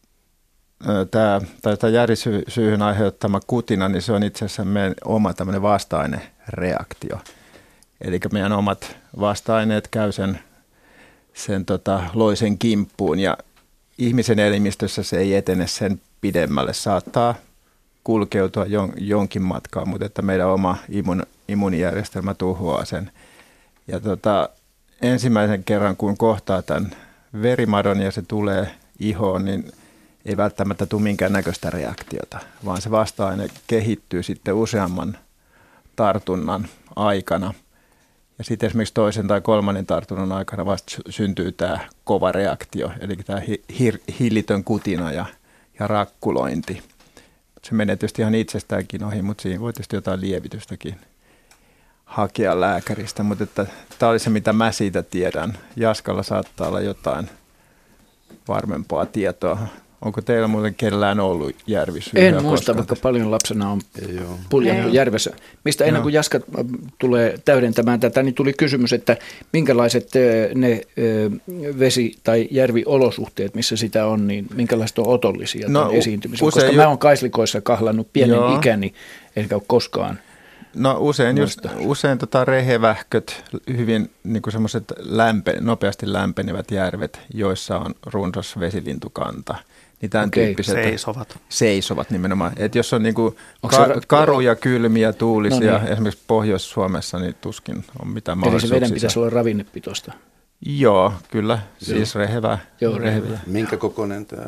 tämä järvisyyhyn aiheuttama kutina, niin se on itse asiassa meidän oma tämmöinen vasta-ainereaktio. Eli meidän omat vasta-aineet käy sen loisen kimppuun ja ihmisen elimistössä se ei etene sen pidemmälle. Saattaa kulkeutua jonkin matkaa, mutta että meidän oma immuunijärjestelmä tuhoaa sen. Ja ensimmäisen kerran, kun kohtaa tämän verimadon ja se tulee ihoon, niin ei välttämättä tule minkään näköistä reaktiota, vaan se vasta-aine kehittyy sitten useamman tartunnan aikana. Ja sitten esimerkiksi toisen tai kolmannen tartunnan aikana vasta syntyy tämä kova reaktio, eli tämä hillitön kutina ja rakkulointi. Se menee tietysti ihan itsestäänkin ohi, mutta siinä voi tietysti jotain lievitystäkin hakea lääkäristä. Mutta tämä oli se, mitä mä siitä tiedän. Jaskalla saattaa olla jotain varmempaa tietoa. Onko teillä muuten kellään ollut järvisyyhyä? En muista, vaikka paljon lapsena on puljattu järvessä. Mistä ennen kuin Jaska tulee täydentämään tätä, niin tuli kysymys, että minkälaiset ne vesi- tai järviolosuhteet, missä sitä on, niin minkälaiset on otollisia tämän esiintymisen? Koska mä oon kaislikoissa kahlannut pienen ikäni, enkä ole koskaan. No usein rehevähköt, hyvin niin kuin semmoiset nopeasti lämpenevät järvet, joissa on runsas vesilintukanta. Niin tämän tyyppiset seisovat nimenomaan. Et jos on niinku karuja, kylmiä, tuulisia, esimerkiksi Pohjois-Suomessa, niin tuskin on mitään mahdollisuuksia. Eli se veden pitäisi olla ravinnepitoista? Joo, kyllä. Siis rehevää. Minkä kokoinen tämä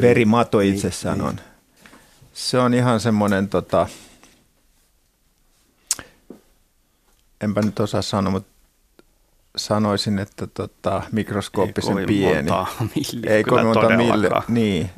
verimato itsessään on? Se on ihan semmoinen enpä nyt osaa sanoa, mutta sanoisin, että mikroskooppisen pieni. Ei kovin monta mille. Niin.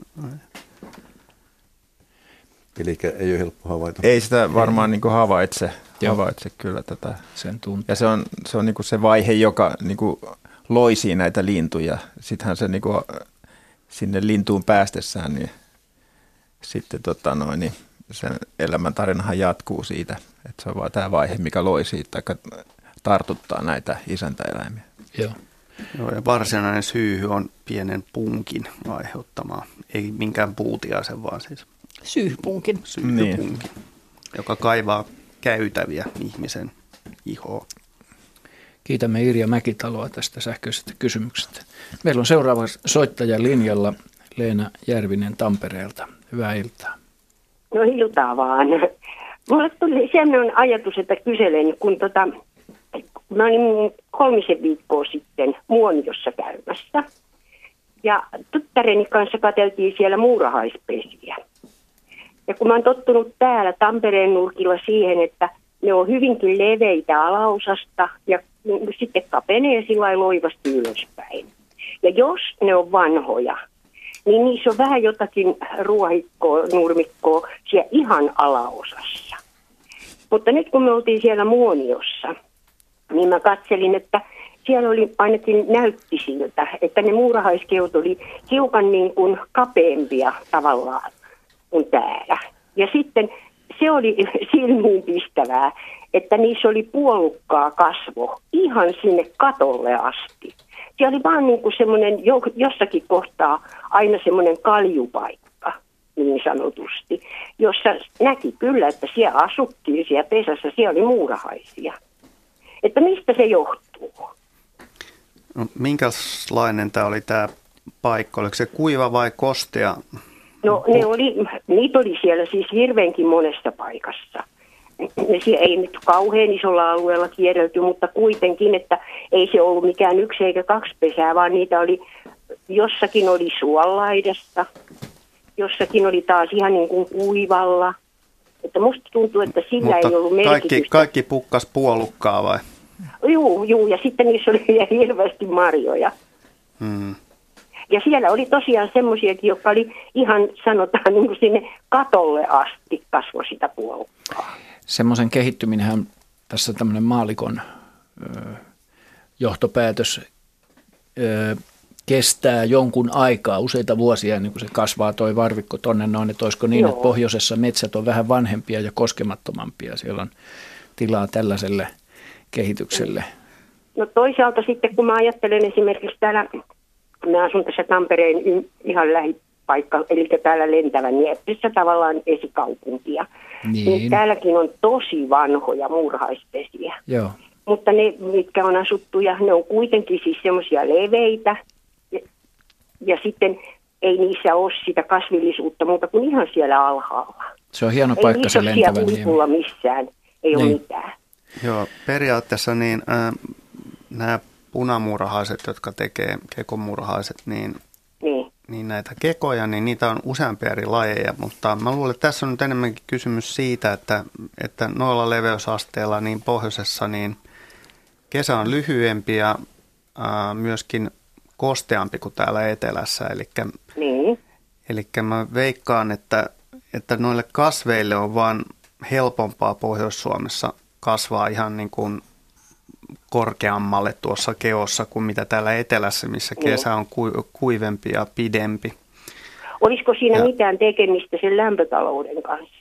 Eli ei ole helppo havaita. Ei sitä varmaan niin kuin havaitse kyllä tätä. Sen tuntuu. Ja se on niin kuin se vaihe, joka niin kuin loisii näitä lintuja. Sittenhän se niin kuin sinne lintuun päästessään, niin sitten niin sen elämäntarinahan jatkuu siitä, että se on vaan tämä vaihe, mikä loisii tai tartuttaa näitä isäntäeläimiä. Joo. Joo, ja varsinainen syyhy on pienen punkin aiheuttamaa, ei minkään puutiaisen, vaan siis syyhypunkin, niin. Joka kaivaa käytäviä ihmisen ihoa. Kiitämme Irja Mäkitaloa tästä sähköisestä kysymyksestä. Meillä on seuraava soittaja linjalla Leena Järvinen Tampereelta. Hyvää iltaa. No iltaa vaan. Mulle tuli sellainen ajatus, että kyselen, kun mä olin 3 viikkoa sitten Muoniossa käymässä. Ja tyttäreni kanssa katseltiin siellä muurahaispesiä. Ja kun mä oon tottunut täällä Tampereen nurkilla siihen, että ne on hyvinkin leveitä alaosasta ja sitten kapenee sillä lailla loivasti ylöspäin. Ja jos ne on vanhoja, niin niissä on vähän jotakin ruohikkoa, nurmikkoa siellä ihan alaosassa. Mutta nyt kun me oltiin siellä Muoniossa, niin mä katselin, että siellä oli ainakin näytti siltä, että ne muurahaiskeot oli hiukan niin kuin kapeampia tavallaan kuin täällä. Ja sitten se oli silmiin pistävää, että niissä oli puolukkaa kasvo ihan sinne katolle asti. Siellä oli vaan niin kuin semmoinen jossakin kohtaa aina semmoinen kaljupaikka, niin sanotusti, jossa näki kyllä, että siellä asuttiin siellä pesässä, siellä oli muurahaisia. Että mistä se johtuu? No, minkälainen tämä oli tämä paikka? Oliko se kuiva vai kostea? No niitä oli siellä siis hirveänkin monesta paikassa. Siellä ei nyt kauhean isolla alueella kierrelty, mutta kuitenkin, että ei se ollut mikään 1 eikä 2 pesää, vaan niitä oli, jossakin oli suolaidasta, jossakin oli taas ihan niin kuin kuivalla. Että musta tuntuu, että sillä mutta ei ollut merkitystä. Kaikki pukkas puolukkaa vai? Juu, ja sitten niissä oli vielä hirveästi marjoja. Ja siellä oli tosiaan semmoisiakin, jotka oli ihan sanotaan niin kuin sinne katolle asti kasvoi sitä puolukkaa. Semmoisen kehittyminenhän tässä tämmöinen maallikon johtopäätös kestää jonkun aikaa, useita vuosia ennen kuin se kasvaa toi varvikko tonne noin, että olisiko niin, että pohjoisessa metsät on vähän vanhempia ja koskemattomampia, siellä on tilaa tällaiselle kehitykselle. No toisaalta sitten kun mä ajattelen esimerkiksi täällä, mä asun tässä Tampereen ihan lähipaikka, eli täällä Lentävän Nieppissä tavallaan esikaupunkia. Niin täälläkin on tosi vanhoja muurahaispesiä. Joo. Mutta ne, mitkä on asuttuja, ne on kuitenkin siis semmoisia leveitä. Ja sitten ei niissä ole sitä kasvillisuutta muuta kuin ihan siellä alhaalla. Se on hieno paikka se Lentävän Niemi. Ei niissä missään, ei ole mitään. Joo, periaatteessa niin nämä punamuurahaiset, jotka tekee kekomuurahaiset, niin näitä kekoja, niin niitä on useampia eri lajeja, mutta mä luulen, että tässä on nyt enemmänkin kysymys siitä, että noilla leveysasteilla niin pohjoisessa niin kesä on lyhyempi ja myöskin kosteampi kuin täällä etelässä, eli mä veikkaan, että noille kasveille on vaan helpompaa Pohjois-Suomessa kasvaa ihan niin kuin korkeammalle tuossa keossa kuin mitä täällä etelässä, missä kesä on kuivempi ja pidempi. Olisiko siinä mitään tekemistä sen lämpötalouden kanssa?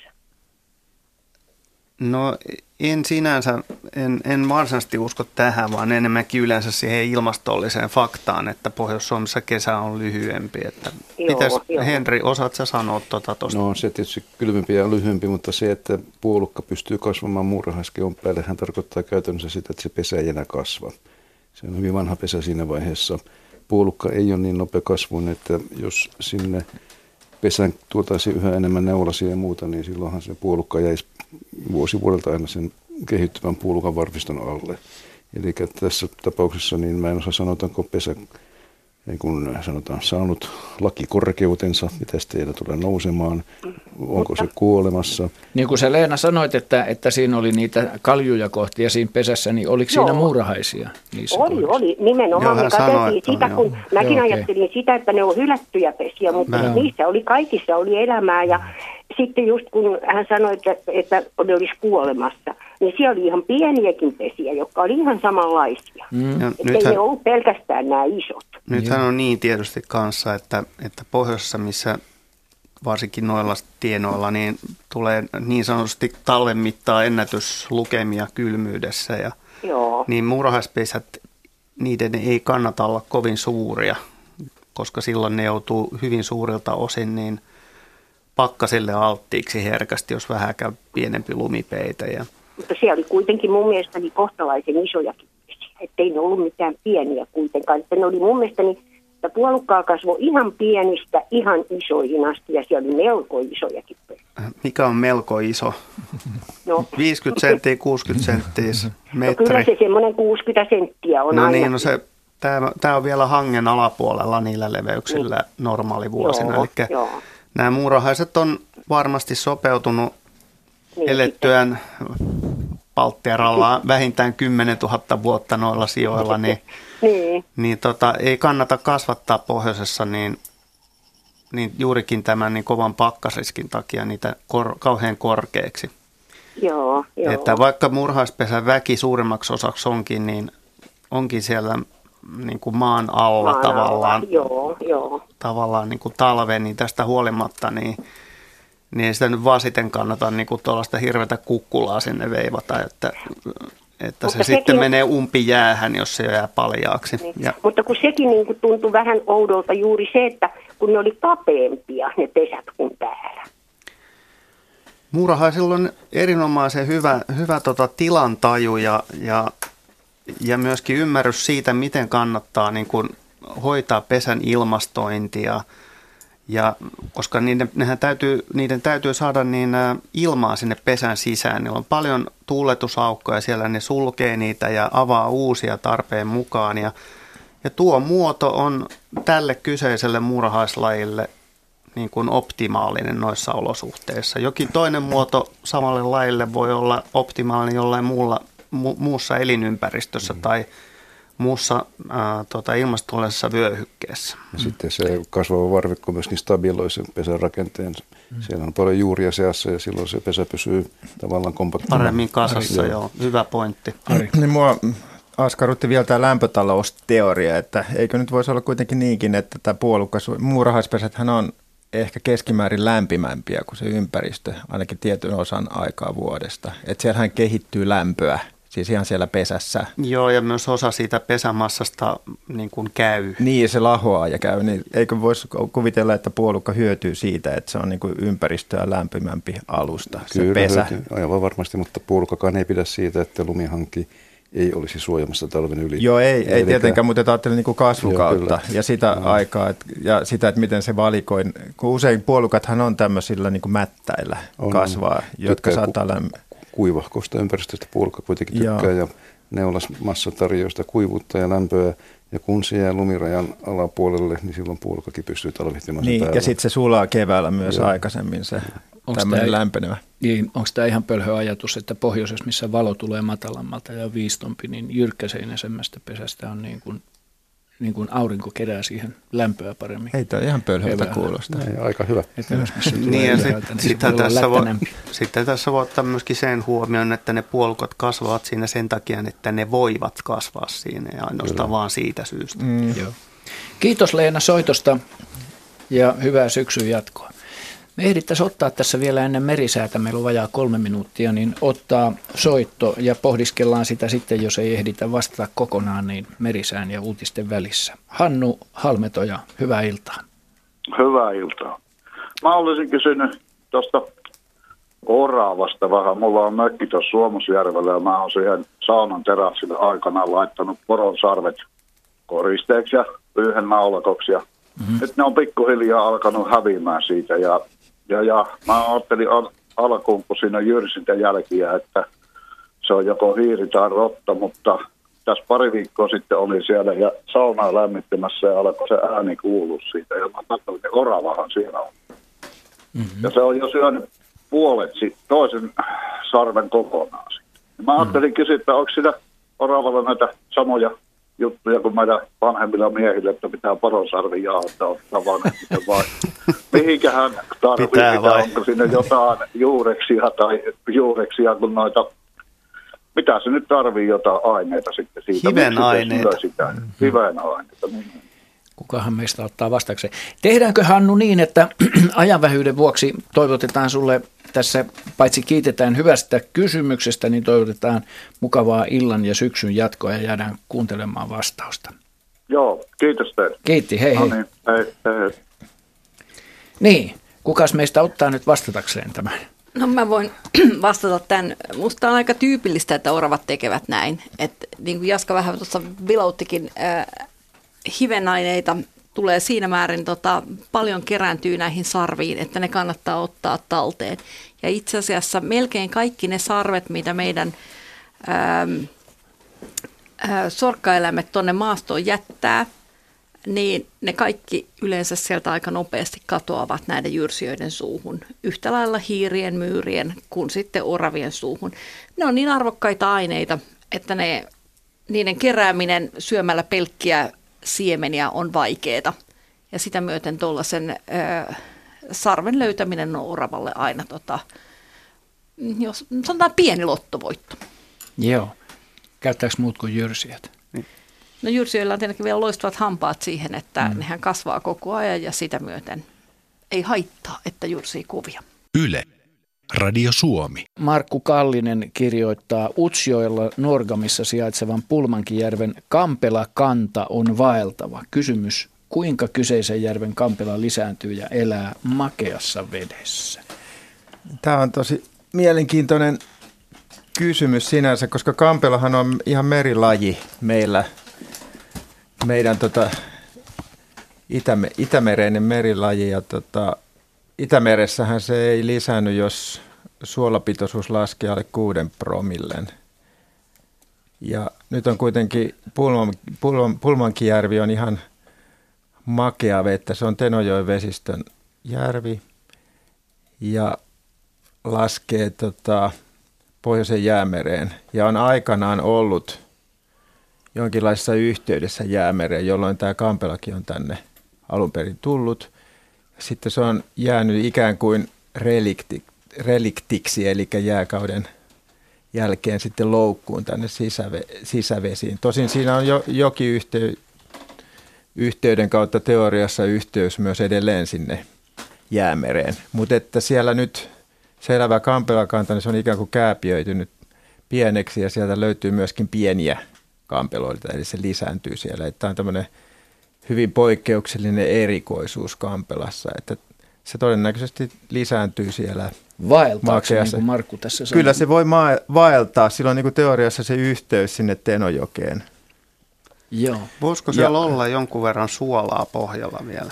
No en sinänsä, en varsinaisesti usko tähän, vaan enemmänkin yleensä siihen ilmastolliseen faktaan, että Pohjois-Suomessa kesä on lyhyempi. Että Henri, osaat sä sanoa tuosta? No se tietysti kylmempi ja lyhyempi, mutta se, että puolukka pystyy kasvamaan muurahaiskeon päälle, hän tarkoittaa käytännössä sitä, että se pesä ei enää kasva. Se on hyvin vanha pesä siinä vaiheessa. Puolukka ei ole niin nopea kasvuun, että jos sinne pesän tuotaisiin yhä enemmän neulasia ja muuta, niin silloinhan se puolukka jäisi vuosi vuodelta aina sen kehittyvän puolukan varviston alle. Eli tässä tapauksessa niin mä en osaa sanoa, onko pesä niin kuin sanotaan, saanut lakikorkeutensa, mitä teillä tulee nousemaan, onko se kuolemassa. Niin kuin sä Leena sanoit, että siinä oli niitä kaljuja kohtia siinä pesässä, niin oliko siinä muurahaisia? Oli. Nimenomaan me katsottiin sitä, kun mäkin ajattelin sitä, että ne on hylättyjä pesiä, mutta niissä oli kaikissa oli elämää ja sitten just kun hän sanoi, että ne olisi kuolemassa, niin siellä oli ihan pieniäkin pesiä, jotka oli ihan samanlaisia. Että ei ne ollut pelkästään nämä isot. Nythän on niin tietysti kanssa, että pohjoisessa, missä varsinkin noilla tienoilla, niin tulee niin sanotusti talven mittaan ennätyslukemia kylmyydessä. Ja niin muurahaispesät, niiden ei kannata olla kovin suuria, koska silloin ne joutuu hyvin suurilta osin niin pakkaselle alttiiksi herkästi, jos vähänkään pienempi lumipeite. Mutta siellä oli kuitenkin mun mielestäni kohtalaisen isojakin pesiä, ettei ne ollut mitään pieniä kuitenkaan. Että ne oli mun mielestäni, että puolukkaa kasvoi ihan pienistä, ihan isoihin asti ja siellä oli melko isojakin pesiä. Mikä on melko iso? No, 50 senttiä, 60 senttiä, metri. No kyllä se semmoinen 60 senttiä on aina. Niin, tämä on vielä hangen alapuolella niillä leveyksillä normaalivuosina. Nämä muurahaiset on varmasti sopeutunut elettyään Palttieralla vähintään 10 000 vuotta noilla sijoilla, niin ei kannata kasvattaa pohjoisessa niin juurikin tämän niin kovan pakkasriskin takia niitä kauhean korkeaksi. Joo. Että vaikka murhaispesän väki suurimmaksi osaksi onkin, niin onkin siellä niin kuin maan alla tavallaan niin kuin talven, niin tästä huolimatta niin ei sitä nyt vasiten kannata niin kuin tuollaista hirveätä kukkulaa sinne veivata, että se sitten menee umpijäähän, jos se jää paljaaksi. Niin. Mutta kun sekin niin kuin tuntui vähän oudolta juuri se, että kun ne oli kapeampia ne pesät kuin täällä. Muurahaisilla on erinomaisen hyvä tilantaju ja myöskin ymmärrys siitä, miten kannattaa niin kuin hoitaa pesän ilmastointia. Ja koska niiden täytyy saada niin ilmaa sinne pesän sisään. Niillä on paljon tuuletusaukkoja siellä, ne sulkee niitä ja avaa uusia tarpeen mukaan. Ja tuo muoto on tälle kyseiselle muurahaislajille niin kuin optimaalinen noissa olosuhteissa. Jokin toinen muoto samalle lajille voi olla optimaalinen jollain muussa elinympäristössä tai muussa ilmastollisessa vyöhykkeessä. Ja sitten se kasvava varvikko myöskin stabiloi sen pesän rakenteen. Siellä on paljon juuria seassa ja silloin se pesä pysyy tavallaan kompaktina. Paremmin kasassa, joo. Hyvä pointti. Niin mua askarrutti vielä tämä lämpötalousteoria, että eikö nyt voisi olla kuitenkin niinkin, että tämä muurahaispesäthän on ehkä keskimäärin lämpimämpiä kuin se ympäristö, ainakin tietyn osan aikaa vuodesta. Että siellähän kehittyy lämpöä. Siis ihan siellä pesässä. Joo, ja myös osa siitä pesämassasta niin kuin käy. Niin, se lahoaa ja käy. Niin eikö voisi kuvitella, että puolukka hyötyy siitä, että se on niin kuin ympäristöä lämpimämpi alusta, kyllä, se pesä? Kyllä, aivan varmasti, mutta puolukkakaan ei pidä siitä, että lumihanki ei olisi suojamassa talven yli. Joo, ei tietenkään, mutta ajattelin niin kuin kasvukautta ja sitä aikaa ja sitä, että miten se valikoi. Kun usein puolukathan on tämmöisillä niin kuin mättäillä kasvaa, jotka saattaa lämmin. Kuivahkosta ympäristöstä puolukka kuitenkin tykkää ja neulasmassa tarjoaa sitä kuivuutta ja lämpöä. Ja kun se jää lumirajan alapuolelle, niin silloin puolukkakin pystyy talvihtimaan sen päällä. Ja sitten se sulaa keväällä myös aikaisemmin se tämmöinen lämpenevä. Niin, onko tämä ihan pölhö ajatus, että pohjoisessa, missä valo tulee matalammalta ja viistompi, niin jyrkkäseinäisemmästä pesästä on niin kuin aurinko kerää siihen lämpöä paremmin. Ei tämä ihan pölhöltä kuulostaa. Ei, aika hyvä. Niin, ja sitten tässä voi ottaa myöskin sen huomioon, että ne puolukat kasvavat siinä sen takia, että ne voivat kasvaa siinä ja ainoastaan vaan siitä syystä. Joo. Kiitos Leena soitosta ja hyvää syksyn jatkoa. Me ehdittäisiin ottaa tässä vielä ennen merisäätä, meillä on vajaa 3 minuuttia, niin ottaa soitto ja pohdiskellaan sitä sitten, jos ei ehditä vastata kokonaan, niin merisään ja uutisten välissä. Hannu Halmetoja, hyvää iltaa. Hyvää iltaa. Mä olisin kysynyt tuosta oravasta vähän. Mulla on mökki tuossa Suomusjärvellä ja mä oon siihen saunan terassille aikanaan laittanut poronsarvet koristeeksi ja yhden naulakoksi. Nyt ne on pikkuhiljaa alkanut häviämään siitä ja mä ajattelin alkuun, kun siinä on jyrsintä jälkiä, että se on joko hiiri tai rotta, mutta tässä pari viikkoa sitten olin siellä ja saunaa lämmittämässä ja alkoi se ääni kuulua siitä. Ja mä katsoin, että oravahan siellä on. Mm-hmm. Ja se on jo syönyt puolet toisen sarven kokonaan. Mä ajattelin kysyä, että onko siinä oravalla näitä samoja juttuja kuin meidän vanhemmilla miehillä, että pitää poronsarvi jaota ottaa vanhemmille vai mihinkähän tarvitsee, onko siinä jotain juureksia, kun noita, mitä se nyt tarvii jotain aineita sitten siitä. Hivenaineita. Hivenaineita. Kukahan meistä ottaa vastaakseen. Tehdäänkö, Hannu, niin, että ajanvähyyden vuoksi toivotetaan sulle tässä, paitsi kiitetään hyvästä kysymyksestä, niin toivotetaan mukavaa illan ja syksyn jatkoa ja jäädään kuuntelemaan vastausta. Joo, kiitos teille. Kiitti, hei hei. No niin, hei. Niin, kukas meistä ottaa nyt vastatakseen tämän? No mä voin vastata tämän. Musta on aika tyypillistä, että oravat tekevät näin. Että niin kuin Jaska vähän tuossa vilauttikin, hivenaineita tulee siinä määrin, paljon kerääntyy näihin sarviin, että ne kannattaa ottaa talteen. Ja itse asiassa melkein kaikki ne sarvet, mitä meidän sorkkaeläimet tuonne maastoon jättää, niin ne kaikki yleensä sieltä aika nopeasti katoavat näiden jyrsijöiden suuhun. Yhtä lailla hiirien, myyrien kuin sitten oravien suuhun. Ne on niin arvokkaita aineita, että niiden kerääminen syömällä pelkkiä siemeniä on vaikeaa. Ja sitä myöten tuollaisen sarven löytäminen on oravalle aina, jos sanotaan pieni lottovoitto. Joo. Käyttääkö muut kuin jyrsijät? No jyrsijöillä on tietenkin vielä loistavat hampaat siihen, että nehän kasvaa koko ajan ja sitä myöten ei haittaa, että jyrsii kuvia. Yle. Radio Suomi. Markku Kallinen kirjoittaa, Utsjoella Norgamissa sijaitsevan Pulmankijärven kampelakanta on vaeltava. Kysymys, kuinka kyseisen järven kampela lisääntyy ja elää makeassa vedessä? Tämä on tosi mielenkiintoinen kysymys sinänsä, koska kampelahan on ihan merilaji meidän itämereinen merilaji ja Itämeressähän se ei lisäänny, jos suolapitoisuus laskee alle 6 promillen. Ja nyt on kuitenkin Pulmankijärvi on ihan makea vettä. Se on Tenojoen vesistön järvi ja laskee Pohjoisen jäämereen. Ja on aikanaan ollut jonkinlaisessa yhteydessä jäämereen, jolloin tämä kampelakin on tänne alun perin tullut. Sitten se on jäänyt ikään kuin reliktiksi, eli jääkauden jälkeen sitten loukkuun tänne sisävesiin. Tosin siinä on jokin yhteyden kautta teoriassa yhteys myös edelleen sinne jäämereen. Mutta että siellä nyt se elävä kampelakanta, niin se on ikään kuin kääpiöitynyt pieneksi ja sieltä löytyy myöskin pieniä kampeloita, eli se lisääntyy siellä. Tämä on tämmöinen hyvin poikkeuksellinen erikoisuus kampelassa, että se todennäköisesti lisääntyy siellä vaeltaako se, niin kuin Markku tässä sanoi? Kyllä se voi vaeltaa. Sillä on niin kuin teoriassa se yhteys sinne Tenojokeen. Joo. Voisiko siellä olla jonkun verran suolaa pohjalla vielä?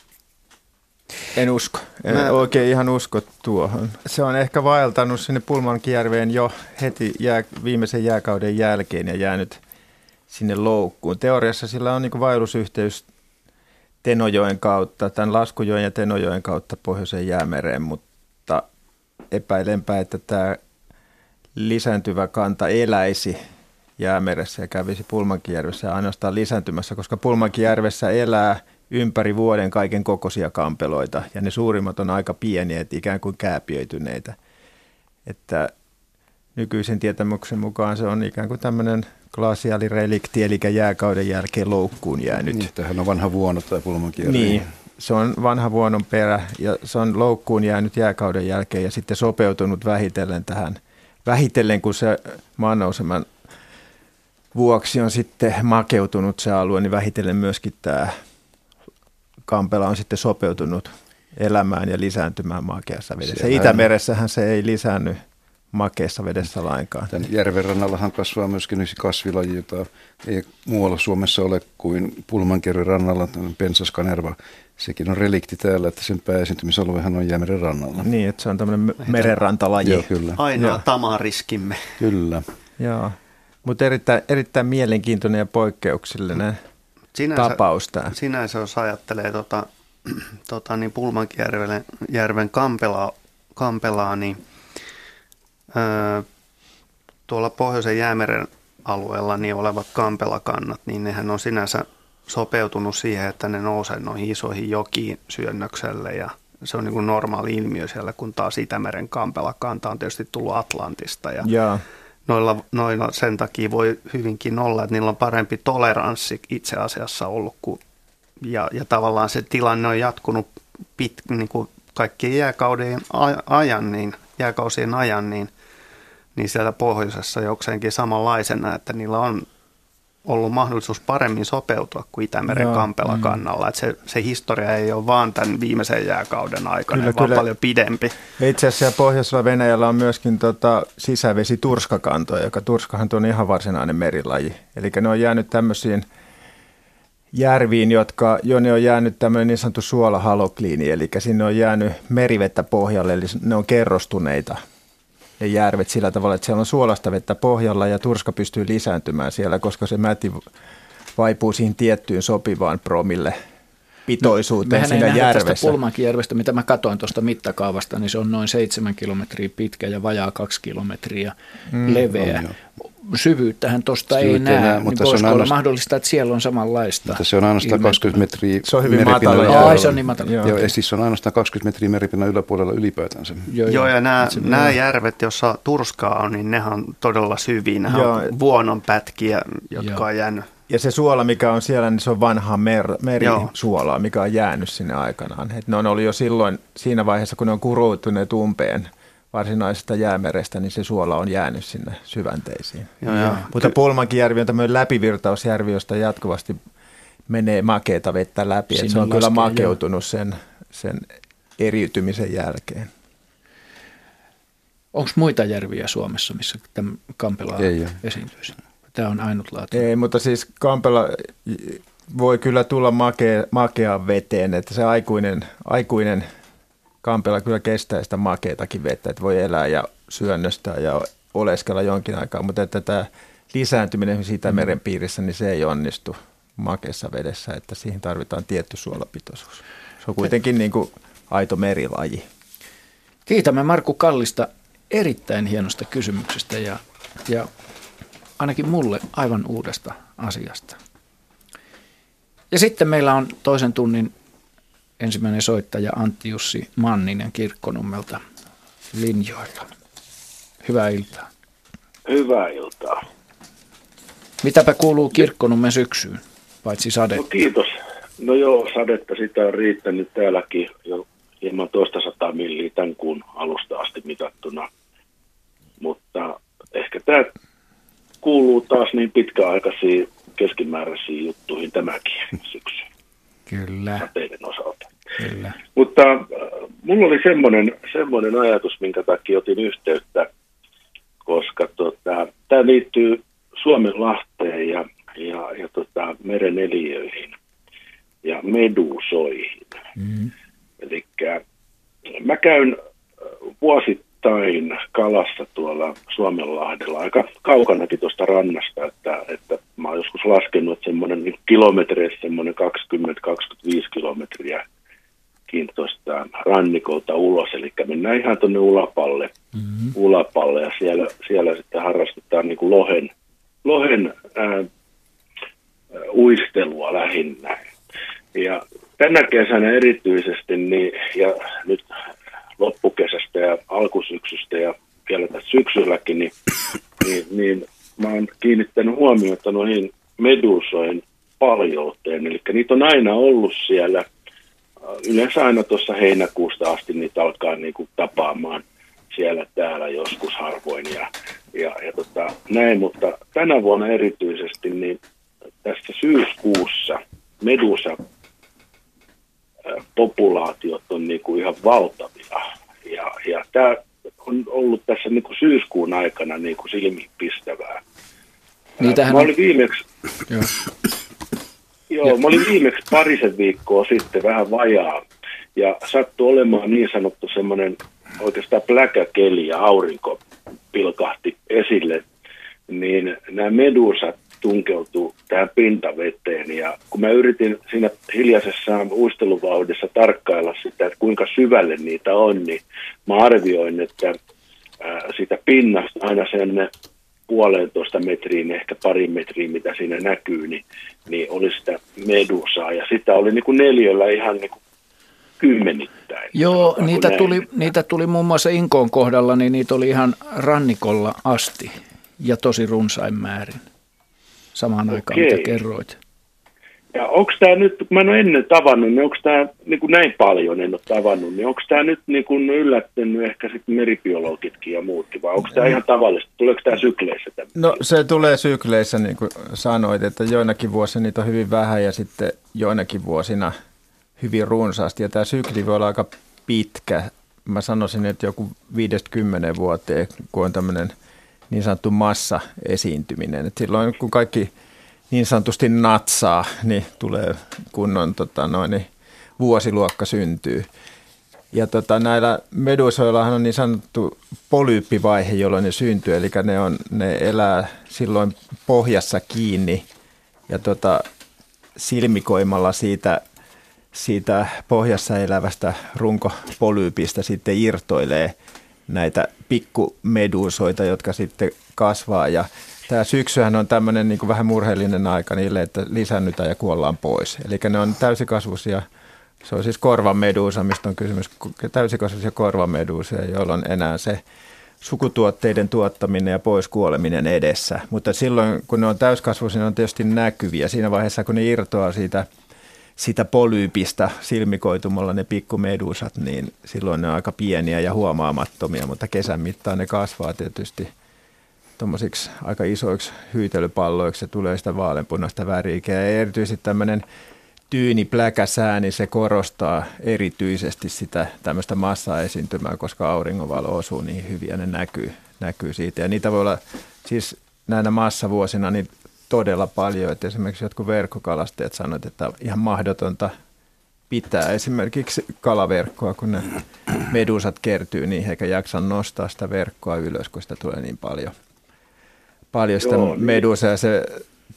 En usko. En oikein ihan usko tuohon. Se on ehkä vaeltanut sinne Pulmankijärveen jo heti viimeisen jääkauden jälkeen ja jäänyt sinne loukkuun. Teoriassa sillä on niin kuin vaellusyhteys Tenojoen kautta, tämän Laskujoen ja Tenojoen kautta Pohjoiseen jäämereen, mutta epäilenpä, että tämä lisääntyvä kanta eläisi jäämeressä ja kävisi Pulmankijärvessä ainoastaan lisääntymässä, koska Pulmankijärvessä elää ympäri vuoden kaiken kokoisia kampeloita ja ne suurimmat on aika pieniä, että ikään kuin kääpiöityneitä. Että nykyisen tietämyksen mukaan se on ikään kuin tämmöinen glaasiaalirelikti, eli jääkauden jälkeen loukkuun jäänyt. Niin, tämähän on vanha vuono tai Pulmankijärvi. Niin, se on vanha vuonon perä ja se on loukkuun jäänyt jääkauden jälkeen ja sitten sopeutunut vähitellen tähän. Vähitellen, kun se maannouseman vuoksi on sitten makeutunut se alue, niin vähitellen myöskin tämä kampela on sitten sopeutunut elämään ja lisääntymään makeassa vedessä. Itämeressähän se ei lisäänny makeassa vedessä lainkaan. Tämän järven rannallahan kasvaa myöskin yksi kasvilaji, jota ei muualla Suomessa ole kuin Pulmankijärven rannalla, pensaskanerva. Sekin on relikti täällä, että sen pääesiintymisaluehan on Jäämeren rannalla. Niin, että se on tämmöinen merenrantalaji. Joo, kyllä. Ainoa tamariskimme. Kyllä. Joo. Mutta erittäin mielenkiintoinen ja poikkeuksellinen tapaus tämä. Sinänsä jos ajattelee niin Pulmanjärven Kampelaa, niin tuolla Pohjoisen Jäämeren alueella niin olevat kampelakannat, niin nehän on sinänsä sopeutunut siihen, että ne nousee noihin isoihin jokiin syönnökselle ja se on niin kuin normaali ilmiö siellä, kun taas Itämeren kampelakanta on tietysti tullut Atlantista ja noilla sen takia voi hyvinkin olla, että niillä on parempi toleranssi itse asiassa ollut ja tavallaan se tilanne on jatkunut niin kuin kaikkien jääkausien ajan, niin siellä pohjoisessa jokseenkin samanlaisena, että niillä on ollut mahdollisuus paremmin sopeutua kuin Itämeren kampelakannalla. Että se historia ei ole vaan tämän viimeisen jääkauden aikana, vaan paljon pidempi. Itse asiassa pohjoisella Venäjällä on myöskin sisävesiturskakantoja, joka turskahan on ihan varsinainen merilaji. Eli ne on jäänyt tämmöisiin järviin, jonne on jäänyt tämmöinen niin sanottu suolahalokliini, eli sinne on jäänyt merivettä pohjalle, eli ne on kerrostuneita. Ne järvet sillä tavalla, että siellä on suolasta vettä pohjalla ja turska pystyy lisääntymään siellä, koska se mäti vaipuu siihen tiettyyn sopivaan promille pitoisuuteen siinä järvessä. Mehän ei tästä Pulmanjärvestä, mitä mä katsoin tuosta mittakaavasta, niin se on noin 7 kilometriä pitkä ja vajaa 2 kilometriä leveä. Syvyyttähän tuosta ei näe, mutta niin voisiko olla mahdollista, että siellä on samanlaista? Mutta se on ainoastaan 20 metriä. Se on hyvin matala. Se on niin matala. Joo, ja siis se on ainoastaan 20 metriä meripinnan yläpuolella ylipäätänsä. Joo, ja nämä järvet, joissa turskaa on, niin nehän on todella syviä. Nehän on vuononpätkiä, jotka on jäänyt. Ja se suola, mikä on siellä, niin se on vanhaa merisuolaa, mikä on jäänyt sinne aikanaan. Et ne on ollut jo silloin siinä vaiheessa, kun ne on kuroutuneet umpeen varsinaisesta jäämerestä, niin se suola on jäänyt sinne syvänteisiin. Mutta Pulmanjärvi on tämmöinen läpivirtausjärvi, josta jatkuvasti menee makeata vettä läpi. Se on kyllä makeutunut sen eriytymisen jälkeen. Onko muita järviä Suomessa, missä tämä Kampela esiintyisi? Tämä on ainutlaatuinen. Ei, mutta siis Kampela voi kyllä tulla makeaan veteen, että se aikuinen Kampela kyllä kestää sitä makeatakin vettä, että voi elää ja syönnöstää ja oleskella jonkin aikaa, mutta että tämä lisääntyminen siitä meren piirissä, niin se ei onnistu makeassa vedessä, että siihen tarvitaan tietty suolapitoisuus. Se on kuitenkin niin kuin aito merilaji. Kiitämme Markku Kallista erittäin hienosta kysymyksestä ja ainakin mulle aivan uudesta asiasta. Ja sitten meillä on toisen tunnin ensimmäinen soittaja Antti-Jussi Manninen Kirkkonummelta linjoilla. Hyvää iltaa. Hyvää iltaa. Mitäpä kuuluu Kirkkonummen syksyyn, paitsi sadetta? No kiitos. No joo, sadetta sitä on riittänyt täälläkin jo hieman 200 milliä tämän kuun alusta asti mitattuna. Mutta ehkä tämä kuuluu taas niin pitkäaikaisiin keskimääräisiin juttuihin tämäkin syksy. Kyllä. Sateiden osalta. Kyllä. Mutta mulla oli semmoinen ajatus, minkä takia otin yhteyttä, koska tämä liittyy Suomenlahteen ja meren eliöihin ja meduusoihin. Mm-hmm. Eli mä käyn vuosittain kalassa tuolla Suomenlahdella, aika kaukanakin tuosta rannasta, että mä oon joskus laskenut, että semmoinen niin kilometreissä semmoinen 20-25 kilometriä tuosta rannikolta ulos, eli mennään ihan tuonne ulapalle ja siellä sitten harrastetaan niin kuin lohen uistelua lähinnä. Ja tänä kesänä erityisesti, niin, ja nyt loppukesästä ja alkusyksystä ja vielä tässä syksylläkin, niin mä oon kiinnittänyt huomiota noihin meduusojen paljouteen. Eli niitä on aina ollut siellä. Yleensä aina tuossa heinäkuusta asti niitä alkaa niinku tapaamaan siellä täällä joskus harvoin ja näin. Mutta tänä vuonna erityisesti niin tässä syyskuussa meduusa populaatiot on niinku ihan valtavia. Ja tämä on ollut tässä niinku syyskuun aikana niinku silmiinpistävää. Mä olin viimeksi... Mä olin viimeksi parisen viikkoa sitten vähän vajaa ja sattui olemaan niin sanottu semmoinen oikeastaan pläkäkeli ja aurinko pilkahti esille niin nämä medusat tunkeutuu tähän pintaveteen. Ja kun mä yritin siinä hiljaisessa uisteluvauhdissa tarkkailla sitä, että kuinka syvälle niitä on, niin mä arvioin, että siitä pinnasta aina sen 1,5 metriin, ehkä 2 metriin, mitä siinä näkyy, niin oli sitä medusaa. Ja sitä oli niin kuin neliöllä ihan niin kuin kymmenittäin. Joo, niitä tuli muun muassa Inkoon kohdalla, niin niitä oli ihan rannikolla asti ja tosi runsain määrin samaan aikaan, mitä kerroit. Ja onko tämä nyt, kun mä en ole ennen tavannut, niin onko tämä niin kuin näin paljon en ole tavannut, niin onko tämä nyt niin kuin yllättänyt ehkä sitten meribiologitkin ja muutkin, vai onko tämä ihan tavallista? Tuleeko tämä sykleissä? No se tulee sykleissä, niin kuin sanoit, että joinakin vuosina niitä on hyvin vähän ja sitten joinakin vuosina hyvin runsaasti. Ja tämä sykli voi olla aika pitkä. Mä sanoisin, että joku 5-10 vuoteen, kun on tämmöinen niin sanottu massaesiintyminen. Et silloin kun kaikki niin sanotusti natsaa, niin tulee kunnon vuosiluokka syntyy. Ja näillä medusoillahan on niin sanottu polyyppivaihe, jolloin ne syntyy, eli ne elää silloin pohjassa kiinni ja silmikoimalla siitä pohjassa elävästä runkopolyypistä sitten irtoilee näitä pikkumedusoita, jotka sitten kasvaa. Ja tämä syksyhän on tämmöinen niin kuin vähän murheellinen aika niille, että lisännytään ja kuollaan pois. Eli ne on täysikasvuisia, se on siis korvameduusa, mistä on kysymys, täysikasvuisia korvameduusia, joilla on enää se sukutuotteiden tuottaminen ja pois kuoleminen edessä. Mutta silloin, kun ne on täyskasvuisia, ne on tietysti näkyviä. Siinä vaiheessa, kun ne irtoaa siitä polyypistä silmikoitumalla ne pikkumedusat, niin silloin ne on aika pieniä ja huomaamattomia, mutta kesän mittaan ne kasvaa tietysti tuommoisiksi aika isoiksi hyytelypalloiksi ja tulee sitä vaaleanpunaista väriä. Ja erityisesti tämmöinen tyyni pläkäsää, niin se korostaa erityisesti sitä tämmöistä massaesiintymää, koska auringonvalo osuu niin hyvin ja ne näkyy siitä. Ja niitä voi olla siis näinä massavuosina niin todella paljon, että esimerkiksi jotkut verkkokalastajat sanoivat, että on ihan mahdotonta pitää esimerkiksi kalaverkkoa, kun ne medusat kertyy niin eikä jaksa nostaa sitä verkkoa ylös, kun sitä tulee niin paljon sitä medusaa. Ja se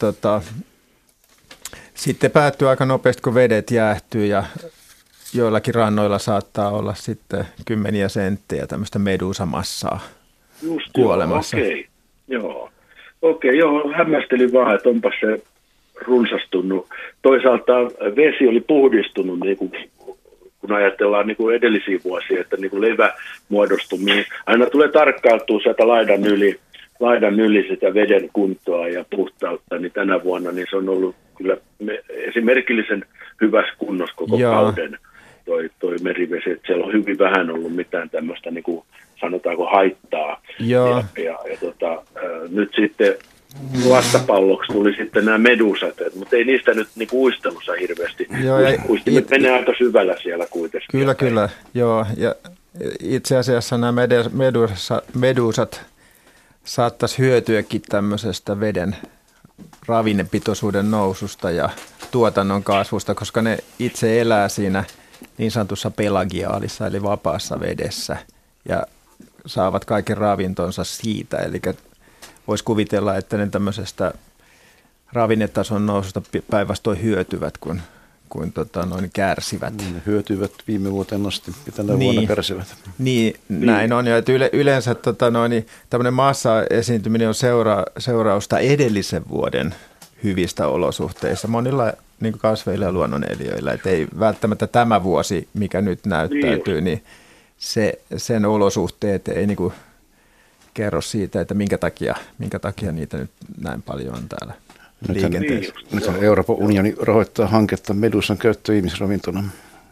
sitten päättyy aika nopeasti, kun vedet jäähtyy ja joillakin rannoilla saattaa olla sitten 10 senttejä tämmöistä medusamassaa kuolemassa. Okei, hämmästelin vaan, että onpa se runsastunut. Toisaalta vesi oli puhdistunut, niin kuin, kun ajatellaan niin kuin edellisiä vuosia, että niin kuin levä muodostuu, niin aina tulee tarkkailtua sieltä laidan yli sitä veden kuntoa ja puhtautta, niin tänä vuonna niin se on ollut kyllä esimerkillisen hyvässä kunnossa koko kauden toi merivesi, että siellä on hyvin vähän ollut mitään tämmöistä niin kuin sanotaanko haittaa. Ja nyt sitten vastapalloksi tuli sitten nämä medusat, mutta ei niistä nyt niin uistelussa hirveästi. Uistimet menee aika syvällä siellä kuitenkin. Kyllä. Joo. Ja itse asiassa nämä medusat saattaisi hyötyäkin tämmöisestä veden ravinnepitoisuuden noususta ja tuotannon kasvusta, koska ne itse elää siinä niin sanotussa pelagiaalissa eli vapaassa vedessä ja saavat kaiken ravintonsa siitä. Eli voisi kuvitella, että ne tämmöisestä ravinnetason noususta päinvastoin hyötyvät, kun kärsivät. Ne hyötyvät viime vuoteen asti ja tänä vuonna kärsivät. Näin on. Ja että yleensä tämmöinen massaesiintyminen on seurausta edellisen vuoden hyvistä olosuhteissa monilla niin kuin kasveilla ja luonnoneliöillä. Että ei välttämättä tämä vuosi, mikä nyt näyttäytyy, niin sen olosuhteet ei niin kuin kerro siitä, että minkä takia niitä nyt näin paljon on täällä liikenteessä. Nyt Euroopan unioni rahoittaa hanketta medusan käyttö ihmisravintona.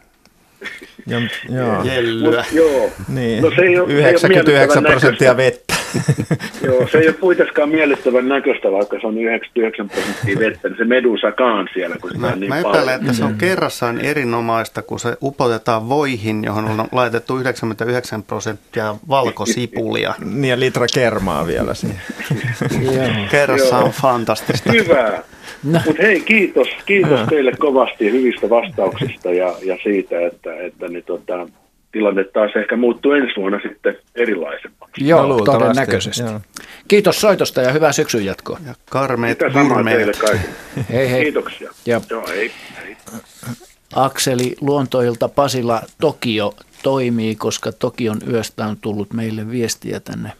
Jellyä. Niin. No, 99% vettä. Joo, se ei ole kuitenkaan miellyttävän näköistä, vaikka se on 99% vettä, niin se medusaakaan siellä, kun sitä on niin paljon. Mä epäilen, että se on kerrassaan erinomaista, kun se upotetaan voihin, johon on laitettu 99% valkosipulia. Niin ja litra kermaa vielä siihen. Kerrassaan on fantastista. Hyvä. No. Mutta hei, kiitos teille kovasti hyvistä vastauksista ja siitä, että tilanne taas ehkä muuttuu ensi vuonna sitten erilaisemmaksi. Joo, todennäköisesti. Joo. Kiitos soitosta ja hyvää syksyn jatkoa. Ja karmeet hurmeet. Hei hei. Kiitoksia. Joo, hei. Akseli Luontoilta Pasila, Tokio toimii, koska Tokion yöstä on tullut meille viestiä tänne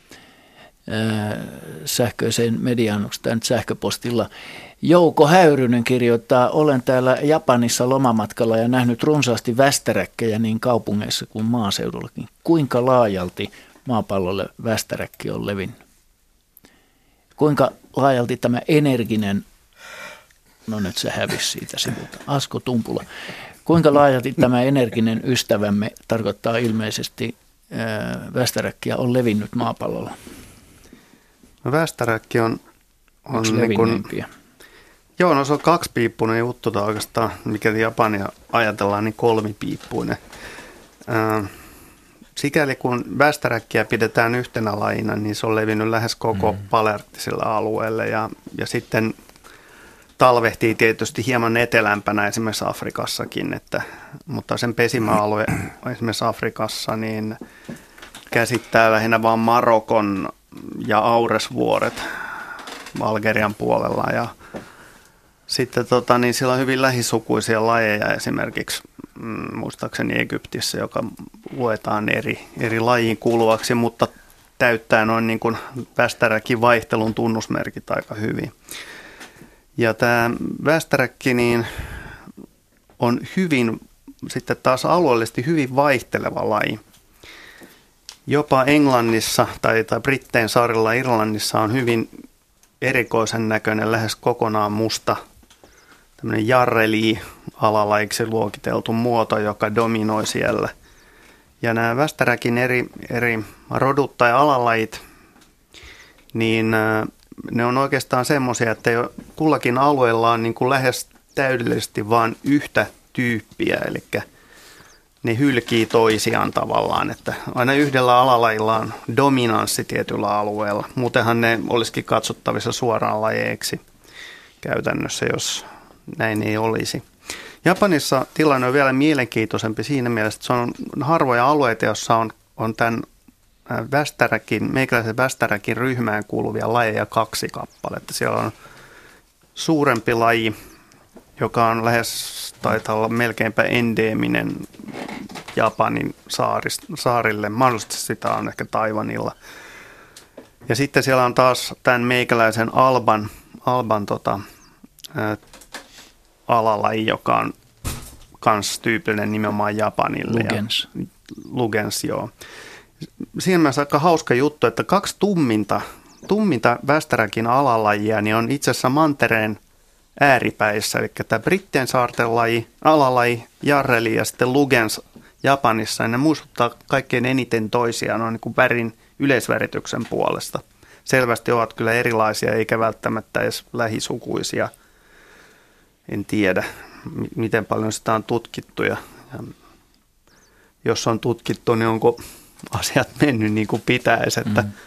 sähköiseen mediaan, onko tämä nyt sähköpostilla. Jouko Häyrynen kirjoittaa, olen täällä Japanissa lomamatkalla ja nähnyt runsaasti västäräkkejä niin kaupungeissa kuin maaseudullakin. Kuinka laajalti maapallolle västäräkki on levinnyt? Kuinka laajalti tämä energinen, no nyt se hävisi siitä sivulta, Asko Tumpula. Kuinka laajalti tämä energinen ystävämme, tarkoittaa ilmeisesti västäräkkiä, on levinnyt maapallolla? No västäräkki on niin kuin, joo, no se on kaksipiippunen juttu tai oikeastaan, mikä Japania ajatellaan, niin kolmipiippuinen. Sikäli kun västäräkkiä pidetään yhtenä lajina, niin se on levinnyt lähes koko palearktisella alueelle ja sitten talvehtii tietysti hieman etelämpänä esimerkiksi Afrikassakin, mutta sen pesimäalue esimerkiksi Afrikassa niin käsittää lähinnä vain Marokon ja Auresvuoret Algerian puolella ja sitten niin siellä on hyvin lähisukuisia lajeja esimerkiksi muistaakseni Egyptissä, joka luetaan eri lajiin kuuluvaksi, mutta täyttää noin niin kuin västäräkin vaihtelun tunnusmerkit aika hyvin. Ja tämä västäräkki niin on hyvin, sitten taas alueellisesti hyvin vaihteleva laji. Jopa Englannissa tai Brittein saarilla Irlannissa on hyvin erikoisen näköinen, lähes kokonaan musta, tämmöinen jarreli-alalajiksi luokiteltu muoto, joka dominoi siellä. Ja nämä västäräkin eri rodut tai alalajit, niin ne on oikeastaan semmoisia, että kullakin alueella on niin kuin lähes täydellisesti vain yhtä tyyppiä, eli ne hylkii toisiaan tavallaan, että aina yhdellä alalajilla on dominanssi tietyllä alueella. Muutenhan ne olisikin katsottavissa suoraan lajeiksi käytännössä, jos näin ei olisi. Japanissa tilanne on vielä mielenkiintoisempi siinä mielessä, että se on harvoja alueita, jossa on tämän meikäläisen västäräkin ryhmään kuuluvia lajeja 2 kappaletta. Siellä on suurempi laji, joka on taitaa olla melkeinpä endeeminen Japanin saarille. Mahdollisesti sitä on ehkä Taiwanilla. Ja sitten siellä on taas tämän meikäläisen alban alalaji, joka on kans tyypillinen nimenomaan Japanille. Lugens, joo. Siinä mielessä aika hauska juttu, että 2 tumminta västäräkin alalajia niin on itse asiassa mantereen ääripäissä, eli tämä Brittien saarten alalaji, jarreli ja sitten Lugens Japanissa, ja ne muistuttaa kaikkein eniten toisiaan on niin kuin värin yleisvärityksen puolesta. Selvästi ovat kyllä erilaisia, eikä välttämättä edes lähisukuisia. En tiedä, miten paljon sitä on tutkittu, ja jos on tutkittu, niin onko asiat mennyt niin kuin pitäisi.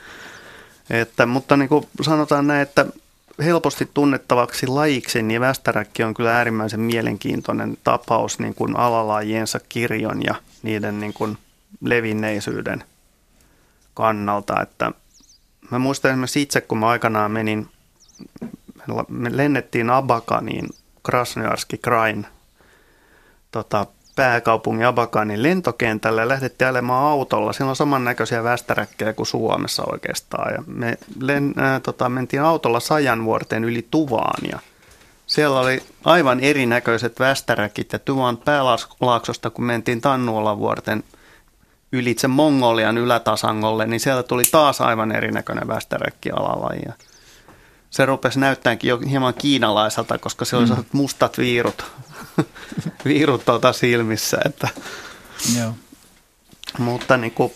Mutta niin kuin sanotaan näin, että helposti tunnettavaksi lajiksi, niin västäräkki on kyllä äärimmäisen mielenkiintoinen tapaus niin kuin alalajiensa kirjon ja niiden niin kuin levinneisyyden kannalta. Että mä muistan esimerkiksi itse, kun mä aikanaan me lennettiin Abakaniin, Krasnojarski Krain, pääkaupungin Abakanin lentokentälle ja lähdettiin ajelemaan autolla. Siellä on samannäköisiä västäräkkejä kuin Suomessa oikeastaan. Ja me mentiin autolla Sajanvuorten yli Tuvaan ja siellä oli aivan erinäköiset västäräkit. Ja Tuvan päälaaksosta, kun mentiin Tannuolavuorten ylitse Mongolian ylätasangolle, niin sieltä tuli taas aivan erinäköinen västäräkkialalaji. Se rupesi näyttäänkin jo hieman kiinalaiselta, koska se oli mustat viirut silmissä. Että. Joo. Mutta niin kuin,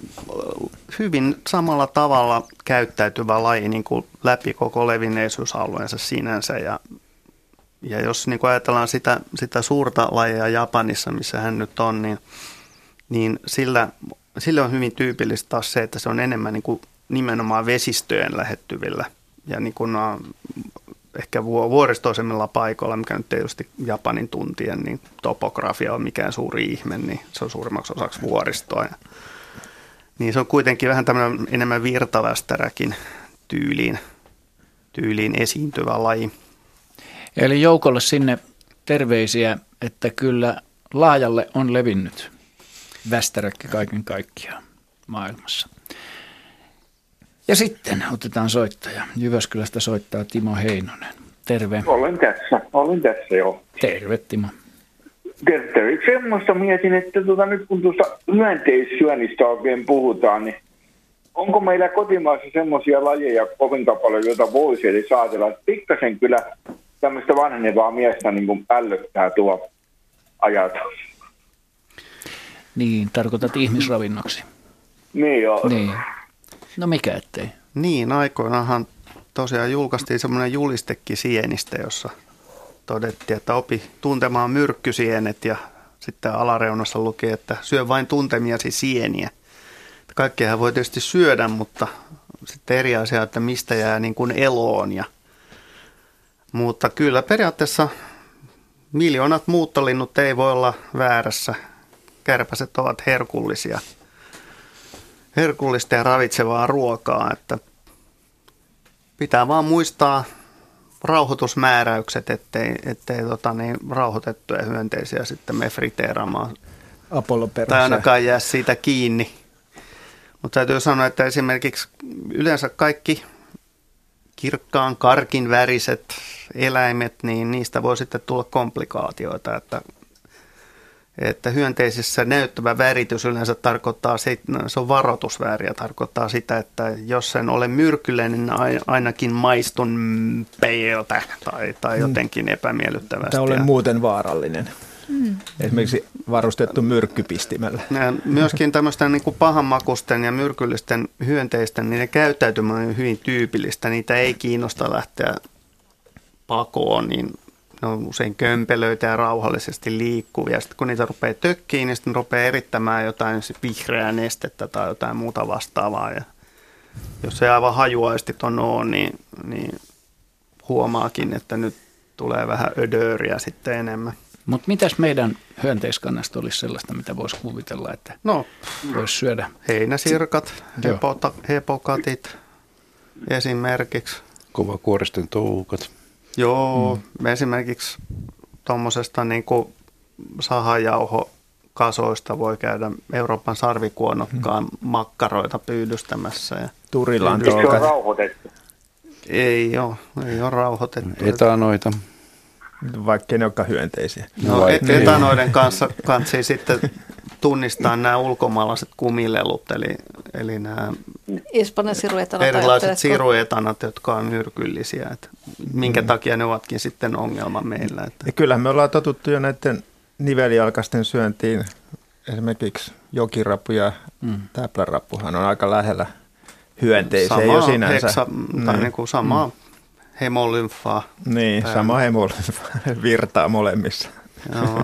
hyvin samalla tavalla käyttäytyvä laji niin kuin läpi koko levinneisyysalueensa sinänsä. Ja jos niin kuin ajatellaan sitä suurta lajia Japanissa, missä hän nyt on, niin sille on hyvin tyypillistä taas se, että se on enemmän niin kuin nimenomaan vesistöjen lähettyvillä. Ja niin kuin ehkä vuoristoisemmilla paikoilla, mikä nyt tietysti Japanin tuntien, niin topografia on mikään suuri ihme, niin se on suurimmaksi osaksi vuoristoa. Niin se on kuitenkin vähän tämmöinen enemmän virtavästäräkin tyyliin esiintyvä laji. Eli joukolle sinne terveisiä, että kyllä laajalle on levinnyt västäräkki kaiken kaikkiaan maailmassa. Ja sitten otetaan soittaja. Jyväskylästä soittaa Timo Heinonen. Terve. Olen tässä joo. Terve Timo. Terve. Semmoista mietin, että nyt kun tuosta hyönteissyönnistä oikein puhutaan, niin onko meillä kotimaassa semmoisia lajeja kovin paljon, joita voisi eli saatella? Pikkasen kyllä tämmöistä vanhenevaa miestä niin kuin pällöttää tuo ajatus. Niin, tarkoitat ihmisravinnoksi. Niin joo. Niin. No mikä ettei. Niin, aikoinaanhan tosiaan julkaistiin semmoinen julistekin sienistä, jossa todettiin, että opi tuntemaan myrkkysienet ja sitten alareunassa luki, että syö vain tuntemiasi sieniä. Kaikkeahan voi tietysti syödä, mutta sitten eri asia, että mistä jää niin kuin eloon. Mutta kyllä periaatteessa miljoonat muuttolinnut ei voi olla väärässä. Kärpäset ovat herkullista ja ravitsevaa ruokaa, että pitää vaan muistaa rauhoitusmääräykset, ettei rauhoitettuja hyönteisiä sitten me friteeraamaan. Tai ainakaan jää siitä kiinni. Mutta täytyy sanoa, että esimerkiksi yleensä kaikki kirkkaan karkin väriset eläimet, niin niistä voi sitten tulla komplikaatioita, että hyönteisissä näyttävä väritys yleensä tarkoittaa, se on varoitusväri ja tarkoittaa sitä, että jos sen ole myrkyllinen, niin ainakin maistun peiltä tai jotenkin epämiellyttävästi. Tämä on muuten vaarallinen. Esimerkiksi varustettu myrkkypistimellä. Myöskin tämmöisten niin kuin pahanmakusten ja myrkyllisten hyönteisten, niiden käyttäytyminen on hyvin tyypillistä. Niitä ei kiinnosta lähteä pakoon, niin ne on usein kömpelöitä ja rauhallisesti liikkuvia. Sitten kun niitä rupeaa tökkiin, niin sitten rupeaa erittämään jotain vihreää nestettä tai jotain muuta vastaavaa. Ja jos ei aivan hajuaistit on niin huomaakin, että nyt tulee vähän ödööriä sitten enemmän. Mutta mitäs meidän hyönteiskannasta olisi sellaista, mitä voisi kuvitella, että voisi syödä? Heinäsirkat, hepokatit esimerkiksi. Kovakuoristen toukat. Joo, esimerkiksi tuommoisesta niin kuin sahajauhokasoista voi käydä Euroopan sarvikuonokkaan makkaroita pyydystämässä. Ja Turilan toukat. Se on rauhoitettu. Ei ole rauhoitettu. Etanoita. Vaikka ne olekaan hyönteisiä. No, etanoiden kanssa kansi sitten tunnistaa nämä ulkomaalaiset kumilelut, eli nämä erilaiset siruetanat, jotka on myrkyllisiä. Että minkä takia ne ovatkin sitten ongelma meillä. Että. Ja kyllähän me ollaan totuttu jo näiden nivelijalkaisten syöntiin. Esimerkiksi jokirapu ja täplärappuhan on aika lähellä hyönteisiä jo sinänsä. Sama hemolymfaa. Niin, sama hemolymfaa virtaa molemmissa. Joo,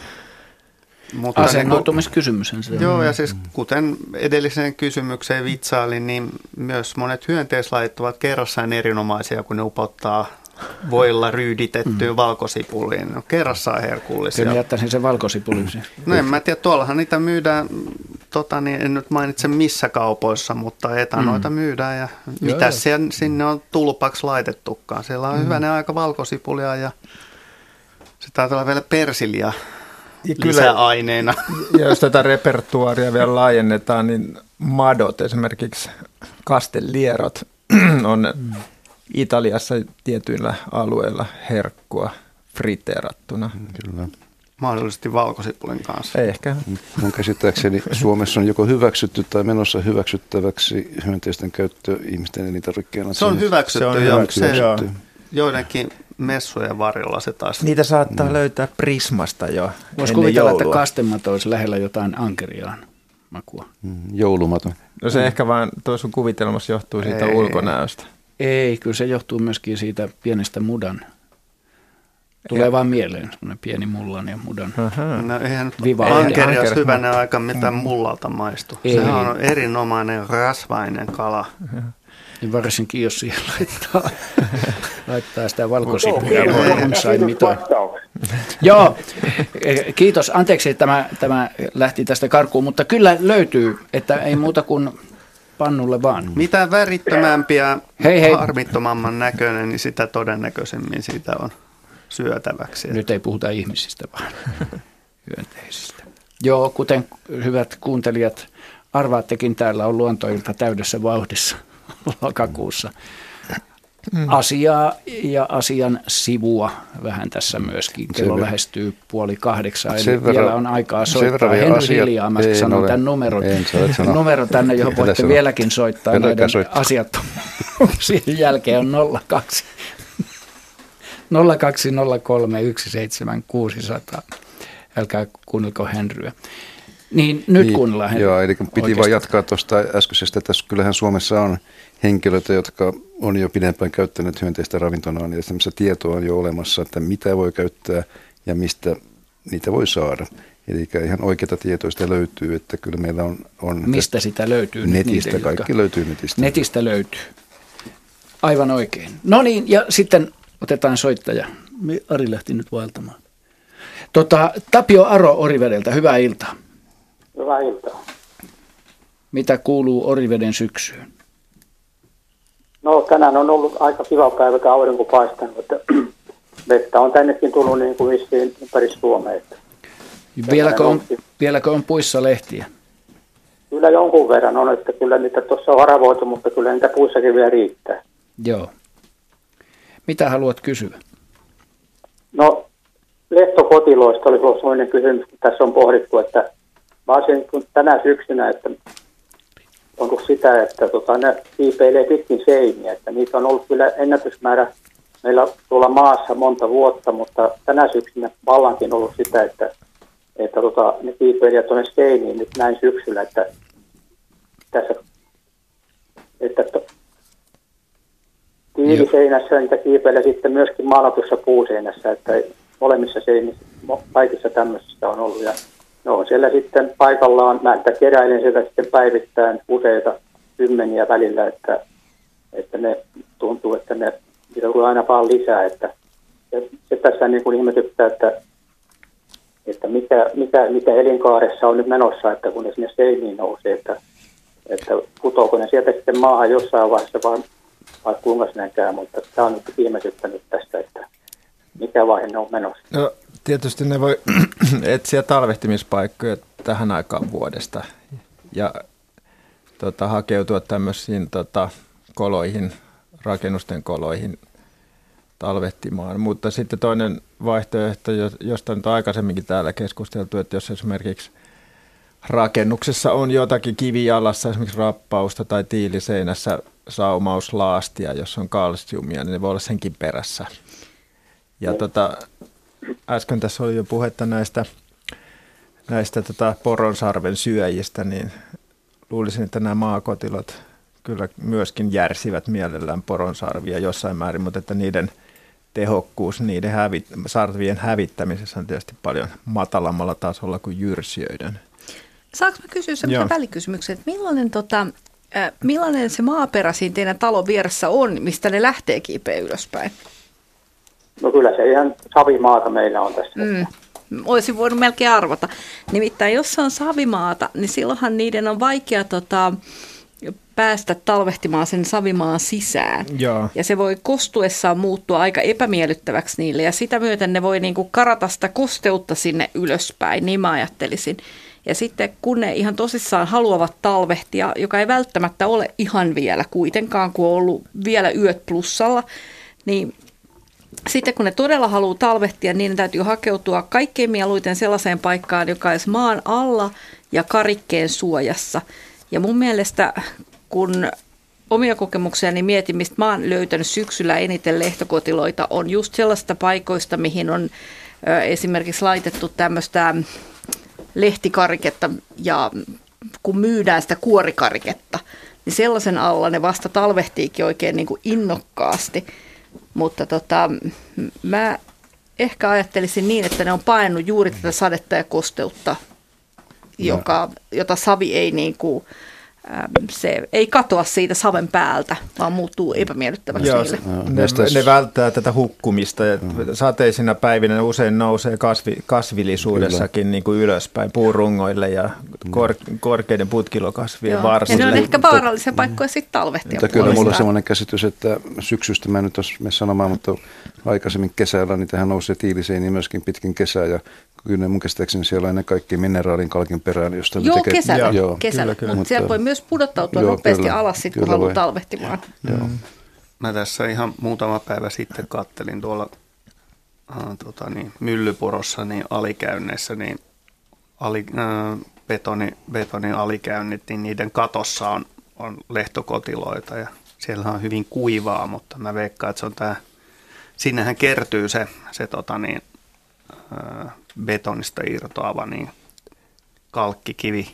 mutta asennoitumiskysymyshän se on. Joo, ja siis kuten edelliseen kysymykseen vitsailin, niin myös monet hyönteislajit ovat kerrassaan erinomaisia, kun ne upottaa voilla ryyditettyyn valkosipuliin. No, kerrassaan herkullisia. Kyllä jättäisin sen valkosipulin. No en mä tiedä, tuollahan niitä myydään, en nyt mainitse missä kaupoissa, mutta etanoita myydään ja mitä sinne on tulpaksi laitettukaan. Siellä on hyvänä aika valkosipulia ja se taitaa olla vielä persilia lisäaineena. Ja jos tätä repertuaria vielä laajennetaan, niin madot, esimerkiksi kastellierot, on Italiassa tietyillä alueilla herkkua friteerattuna. Kyllä. Mahdollisesti valkosipulin kanssa. Ehkä. Mun käsittääkseni Suomessa on joko hyväksytty tai menossa hyväksyttäväksi hyönteisten käyttö ihmisten elintarvikkeena. Se on hyväksytty. Joidenkin messujen varjolla se taas. Niitä saattaa löytää Prismasta jo. Voisi kuvitella, että kastemato olisi lähellä jotain ankeriaan makua. Joulumato. No se ehkä vaan tuo sun kuvitelmassa johtuu siitä ulkonäöstä. Ei, kyllä se johtuu myöskin siitä pienestä mudan Tulee vaan mieleen semmoinen pieni mullan ja mudan No eihän viva. ankerias hyvänä aika mitään mullalta maistu. Ei. Se on erinomainen rasvainen kala. Niin varsinkin, jos siihen laittaa sitä valkosipulia runsain mitoin. Joo, kiitos. Anteeksi, että tämä lähti tästä karkuun, mutta kyllä löytyy, että ei muuta kuin pannulle vaan. Mitä värittömämpi ja harmittomamman näköinen, niin sitä todennäköisemmin siitä on syötäväksi. Nyt ei puhuta ihmisistä, vaan hyönteisistä. Joo, kuten hyvät kuuntelijat, arvaattekin, täällä on luontoilta täydessä vauhdissa lokakuussa. Asiaa ja asian sivua vähän tässä myöskin. Kello lähestyy 7:30, eli vielä on aikaa soittaa. Henry hiljaa, mä sanon tämän numero tänne, johon voitte vieläkin soittaa. Näiden asiattomuuksien jälkeen on 0203 17600. Älkää kuunnelko Henryä. Niin, nyt kuunnellaan Henryä. Joo, eli piti vaan jatkaa tuosta äskeisestä. Tässä kyllähän Suomessa on henkilöitä, jotka on jo pidempään käyttäneet hyönteistä ravintona, niin tämmöistä tietoa on jo olemassa, että mitä voi käyttää ja mistä niitä voi saada. Eli ihan oikeata tietoa sitä löytyy, että kyllä meillä on mistä sitä löytyy? Netistä, niitä, kaikki löytyy netistä. Netistä löytyy. Aivan oikein. No niin, ja sitten otetaan soittaja. Ari lähti nyt vaeltamaan. Tapio Aro Orivedeltä, hyvää iltaa. Hyvää iltaa. Mitä kuuluu Oriveden syksyyn? No tänään on ollut aika kiva päivä, kun aurinko paistanut, että vettä on tännekin tullut niin kuin vissiin ympäri Suomea. Vieläkö on puissa lehtiä? Kyllä jonkun verran on, että kyllä niitä tuossa on haravoitu, mutta kyllä niitä puissakin vielä riittää. Joo. Mitä haluat kysyä? No, lehtokotiloista oli sellainen kysymys, kun tässä on pohdittu, että varsinkin tänä syksynä, että onko sitä, että ne kiipeilee pitkin seiniä, että niitä on ollut kyllä ennätysmäärä meillä tuolla maassa monta vuotta, mutta tänä syksynä vallankin ollut sitä, että ne kiipeilijät tuonne seiniin nyt näin syksyllä, että tässä, että tiiliseinässä niitä kiipeilee sitten myöskin maalatussa puuseinässä, että molemmissa seinissä, kaikissa tämmöisissä on ollut ja ne on siellä sitten paikallaan, mä keräilen sieltä sitten päivittäin useita kymmeniä välillä, että ne tuntuu, että niitä tulee aina vaan lisää, että se tässä niin kuin ihmetyttää, että mikä elinkaaressa on nyt menossa, että kun ne sinne seiniin nousee, että putoako ne sieltä sitten maahan jossain vaiheessa vai kuinka se näkään, mutta tämä on nyt ihmetyttänyt tästä, että mikä vaihe ne on menossa. No, tietysti ne voi etsiä talvehtimispaikkoja tähän aikaan vuodesta ja hakeutua tämmöisiin koloihin, rakennusten koloihin talvehtimaan. Mutta sitten toinen vaihtoehto, josta nyt on aikaisemminkin täällä keskusteltu, että jos esimerkiksi rakennuksessa on jotakin kivijalassa, esimerkiksi rappausta tai tiiliseinässä saumauslaastia, jos on kalsiumia, niin ne voi olla senkin perässä. Ja äsken tässä oli jo puhetta näistä poronsarven syöjistä, niin luulisin, että nämä maakotilot kyllä myöskin järsivät mielellään poronsarvia jossain määrin, mutta että niiden tehokkuus niiden sarvien hävittämisessä on tietysti paljon matalammalla tasolla kuin jyrsijöiden. Saanko mä kysyä sellaisen välikysymyksen, että millainen se maaperä siinä teidän talon vieressä on, mistä ne lähtee kiipeä ylöspäin? No kyllä se ihan savimaata meillä on tässä. Olisin voinut melkein arvata. Nimittäin jos se on savimaata, niin silloinhan niiden on vaikea päästä talvehtimaan sen savimaan sisään. Joo. Ja se voi kostuessaan muuttua aika epämiellyttäväksi niille. Ja sitä myöten ne voi niinku karata sitä kosteutta sinne ylöspäin, niin mä ajattelisin. Ja sitten kun ne ihan tosissaan haluavat talvehtia, joka ei välttämättä ole ihan vielä kuitenkaan, kun on ollut vielä yöt plussalla, niin sitten kun ne todella haluaa talvehtia, niin ne täytyy hakeutua kaikkein mieluiten sellaiseen paikkaan, joka olisi maan alla ja karikkeen suojassa. Ja mun mielestä, kun omia kokemuksiani mietin, mistä mä oon löytänyt syksyllä eniten lehtokotiloita, on just sellaista paikoista, mihin on esimerkiksi laitettu tämmöistä lehtikariketta ja kun myydään sitä kuorikariketta, niin sellaisen alla ne vasta talvehtiikin oikein niin kuin innokkaasti. Mutta mä ehkä ajattelisin niin, että ne on painanut juuri tätä sadetta ja kosteutta, jota savi ei niin kuin, se ei katoa siitä saven päältä, vaan muuttuu epämiellyttäväksi niille. Ne välttää tätä hukkumista. Sateisina päivinä usein nousee kasvillisuudessakin niin kuin ylöspäin puurungoille ja korkeiden putkilokasvien varsille. Ja ne on ehkä vaarallisia paikkoja sitten talvehtia. Kyllä mulla on sellainen käsitys, että syksystä mä en nyt ole sanomaan, mutta aikaisemmin kesällä niin tähän nousee tiiliseiniä myöskin pitkin kesää ja kyllä mun käsittääkseni siellä on ennen kaikkea mineraalin kalkin perään, josta joo, kesällä. Mutta siellä voi myös pudottautua nopeasti alas, sit, kun haluaa talvehtimaan. Mä tässä ihan muutama päivä sitten kattelin tuolla Myllypurossa niin alikäynneissä, niin betonin alikäynnit, niin niiden katossa on lehtokotiloita ja siellä on hyvin kuivaa, mutta mä veikkaan, että se on sinnehän kertyy se betonista irtoava niin kalkkikivi.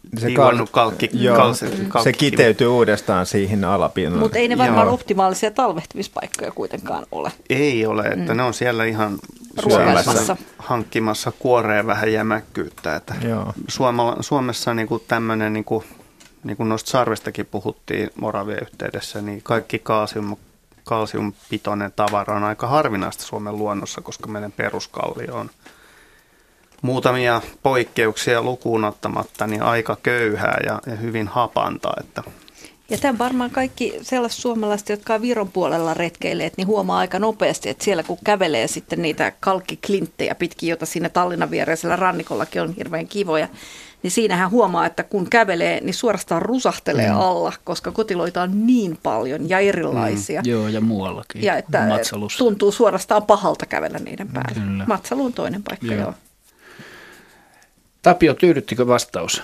Se kiteytyy uudestaan siihen alapinnalle. Mutta ei ne varmaan optimaalisia talvehtimispaikkoja kuitenkaan ole. Ei ole, että ne on siellä ihan hankkimassa kuoreen vähän jämäkkyyttä. Että Suomessa niin tämmöinen, niin kuin noista sarvestakin puhuttiin Moravien yhteydessä, niin kaikki kalsiumpitoinen tavara on aika harvinaista Suomen luonnossa, koska meidän peruskallio on muutamia poikkeuksia lukuun ottamatta niin aika köyhää ja hyvin hapanta. Ja tämän varmaan kaikki sellaiset suomalaiset, jotka on Viron puolella retkeileet, niin huomaa aika nopeasti, että siellä kun kävelee sitten niitä kalkkiklinttejä pitkin, joita siinä Tallinnan viereisellä rannikollakin on hirveän kivoja, niin siinähän huomaa, että kun kävelee, niin suorastaan rusahtelee alla, koska kotiloita on niin paljon ja erilaisia. Joo, ja muuallakin. Ja että tuntuu suorastaan pahalta kävellä niiden päälle. Kyllä. Matsalu on toinen paikka, joo. Tapio, tyydyttikö vastaus?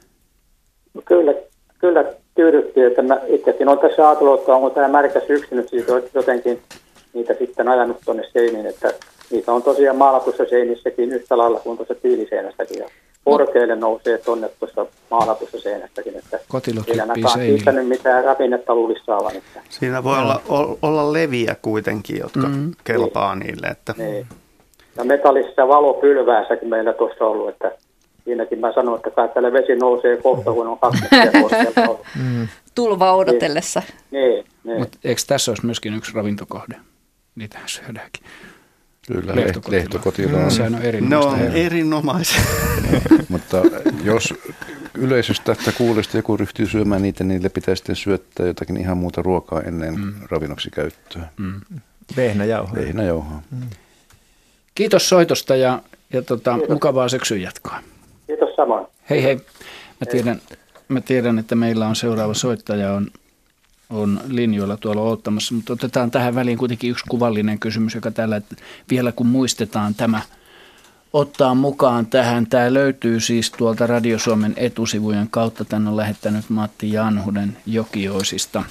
Kyllä tyydytti, että mä itsekin olen tässä ajatellut, että onko tämä märkä syksy nyt siis jotenkin niitä sitten ajanut tuonne seiniin, että niitä on tosiaan maalatussa seinissäkin yhtä lailla kuin tuossa tiiliseinästäkin ja korkealle nousee tuonne tuossa maalatussa seinästäkin, että siinä näkään kiittänyt mitään rapinnetta luulisi saavan. Että. Siinä voi olla leviä kuitenkin, jotka kelpaa niille. Että. Niin. Ja metallisessa valopylväässäkin meillä tuossa ollut, että siinäkin mä sanoin, että kai täällä vesi nousee kohta, kun on 2 metriä ollut. Tulvaa odotellessa. Niin. Mutta eikö tässä olisi myöskin yksi ravintokohde? Niitähän syödäänkin. Kyllä, lehtokotila on. Sehän on erinomaista. No, erinomaisia. Mutta jos yleisöstä tai kuulesta joku ryhtyy syömään niitä, niille pitää sitten syöttää jotakin ihan muuta ruokaa ennen ravinnoksi käyttöä. Vehnäjauhaa. Kiitos soitosta ja mukavaa syksyn jatkoa. Kiitos samoin. Hei. Mä tiedän, että meillä on seuraava soittaja on linjoilla tuolla odottamassa, mutta otetaan tähän väliin kuitenkin yksi kuvallinen kysymys, joka täällä vielä kun muistetaan tämä ottaa mukaan tähän. Tämä löytyy siis tuolta Radio Suomen etusivujen kautta. Tän on lähettänyt Matti Janhunen Jokioisista.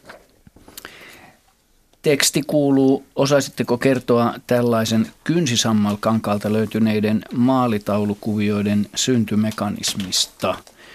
Teksti kuuluu, osaisitteko kertoa tällaisen kynsisammalkankaalta löytyneiden maalitaulukuvioiden syntymekanismista?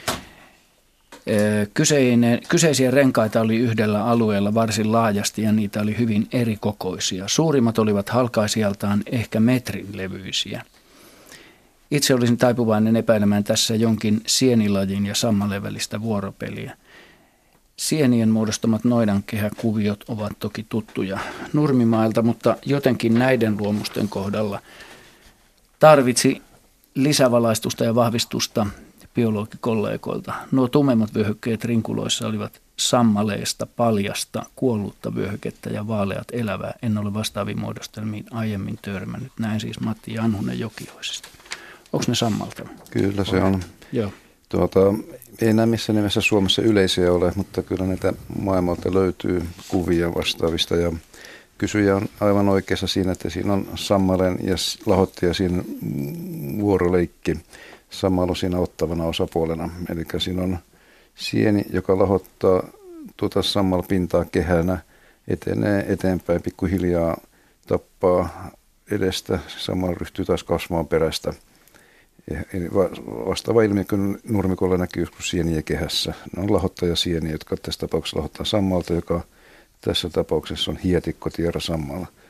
Kyseisiä renkaita oli yhdellä alueella varsin laajasti ja niitä oli hyvin erikokoisia. Suurimmat olivat halkaisijaltaan ehkä metrin levyisiä. Itse olisin taipuvainen epäilemään tässä jonkin sienilajin ja sammaleen välistä vuoropeliä. Sienien muodostamat noidankehäkuviot ovat toki tuttuja nurmimailta, mutta jotenkin näiden luomusten kohdalla tarvitsi lisävalaistusta ja vahvistusta biologikollegoilta. Nuo tumemmat vyöhykkeet rinkuloissa olivat sammaleesta paljasta kuollutta vyöhykettä ja vaaleat elävää. En ole vastaaviin muodostelmiin aiemmin törmännyt. Näin siis Matti Janhunen Jokioisesta. Onko ne sammalta? Kyllä se on. Joo. Ei enää missään nimessä Suomessa yleisiä ole, mutta kyllä näitä maailmalta löytyy kuvia vastaavista. Ja kysyjä on aivan oikeassa siinä, että siinä on sammalen ja lahottaja siinä vuoroleikki. Sammalu siinä ottavana osapuolena. Eli siinä on sieni, joka lahottaa tuota sammalpintaa kehänä, etenee eteenpäin pikkuhiljaa, tappaa edestä, samalla ryhtyy taas kasvamaan perästä. Eli vastaava ilmiö, kun nurmikolla näkyy joskus sieniä kehässä. Ne on lahottajasieniä, jotka tässä tapauksessa lahottaa sammalta, joka tässä tapauksessa on hietikkotiera sammalla.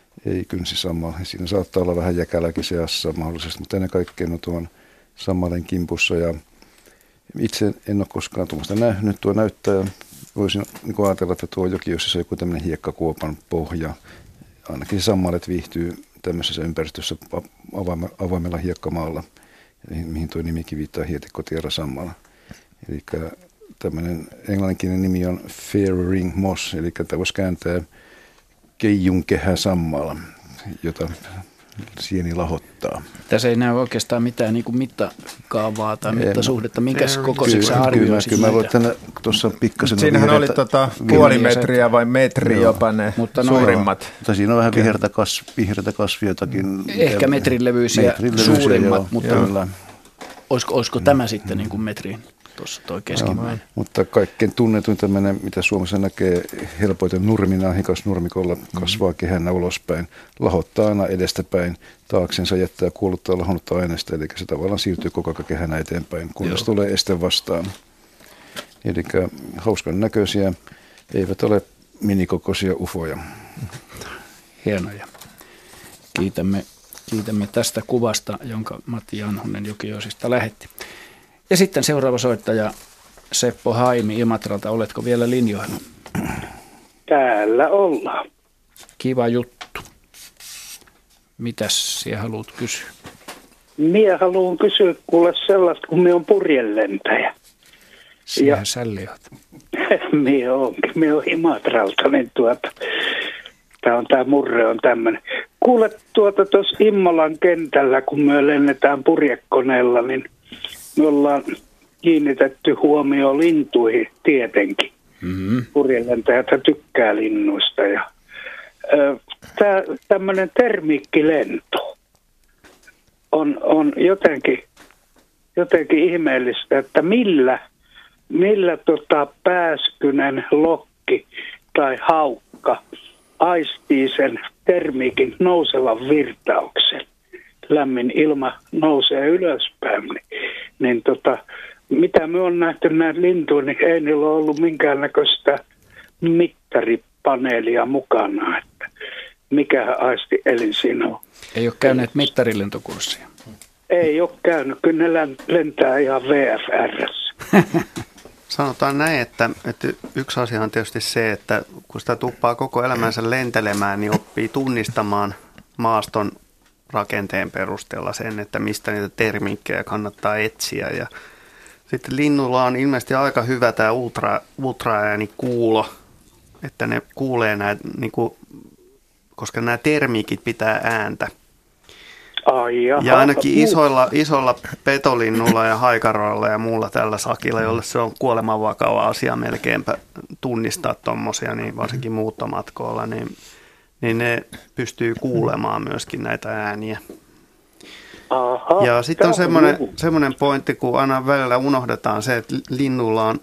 ei kynsisammal. Siinä saattaa olla vähän jäkäläkin seassa mahdollisesti, mutta ennen kaikkea no tuon sammalen kimpussa. Ja itse en ole koskaan tuommoista nähnyt. Tuo näyttää, voisin niin ajatella, että tuo joki, jos se on joku tämmöinen hiekkakuopan pohja. Ainakin sammalet viihtyy tämmöisessä ympäristössä avoimella hiekkamaalla, mihin tuo nimikin viittaa hietikkotiera sammala. Eli tämmöinen englanninkielinen nimi on Fair Ring Moss, eli tämä voisi kääntää keijunkehä sammala, jota sieni lahottaa. Tässä ei näy oikeastaan mitään niin kuin mittakaavaa tai mittasuhdetta. Minkäs kokoiseksi sä arvioisit? Kyllä mä voin tänne tuossa pikkasen. Siinähän oli puoli metriä vai metri jopa ne suurimmat. Mutta siinä on vähän vihreätä kasviotakin. Ehkä metrin levyisiä suurimmat, mutta olisiko tämä sitten niin kuin metrin? Tuossa toi keskimmäinen. Mutta kaikkein tunnetuin tämmöinen, mitä Suomessa näkee helpoiten nurmina, hikasnurmikolla kasvaa kehänä ulospäin, lahottaa aina edestäpäin, taaksensa jättää kuolluttaa lahonnutta aineesta, eli se tavallaan siirtyy koko ajan kehänä eteenpäin, kunnes tulee este vastaan. Eli hauskan näköisiä, eivät ole minikokoisia ufoja. Hienoja. Kiitämme tästä kuvasta, jonka Matti Janhunen Jokijoisista lähetti. Ja sitten seuraava soittaja Seppo Haimi Imatralta. Oletko vielä linjoilla? Täällä ollaan. Kiva juttu. Mitäs sinä haluat kysyä? Minä haluan kysyä kuule sellaista, kun minä olen purjelentäjä. Sinähän sälliot. Minä olen Imatralta, niin tämä murre on tämmöinen. Kuule tuossa Immolan kentällä, kun me lennetään purjekoneella, niin me ollaan kiinnitetty huomioon lintuihin tietenkin. Mm-hmm. Purjelentäjät tykkää linnuista. Ja, tämmöinen termiikkilento on jotenkin ihmeellistä, että millä pääskynen, lokki tai haukka aistii sen termiikin nousevan virtauksen. Lämmin ilma nousee ylöspäin, niin mitä me on nähty näitä lintuja, niin ei niillä ole ollut minkäännäköistä mittaripaneelia mukana, että mikähän aisti elin siinä on. Ei ole käyneet mittarilentokurssia? Ei ole käynyt, kyllä ne lentää ihan VFR:ssä. Sanotaan näin, että yksi asia on tietysti se, että kun sitä tuppaa koko elämänsä lentelemään, niin oppii tunnistamaan maaston rakenteen perusteella sen, että mistä niitä termiikkejä kannattaa etsiä. Ja sitten linnulla on ilmeisesti aika hyvä tämä ultraäänikuulo, että ne kuulee näitä, niin kuin, koska nämä termiikit pitää ääntä. Ja ainakin isoilla petolinnulla ja haikaroilla ja muulla tällä sakilla, jolle se on kuoleman vakava asia melkeinpä tunnistaa tuommoisia, niin varsinkin muuttomatkoilla, niin ne pystyy kuulemaan myöskin näitä ääniä. Aha, ja sitten on semmoinen pointti, kun aina välillä unohdetaan se, että linnulla on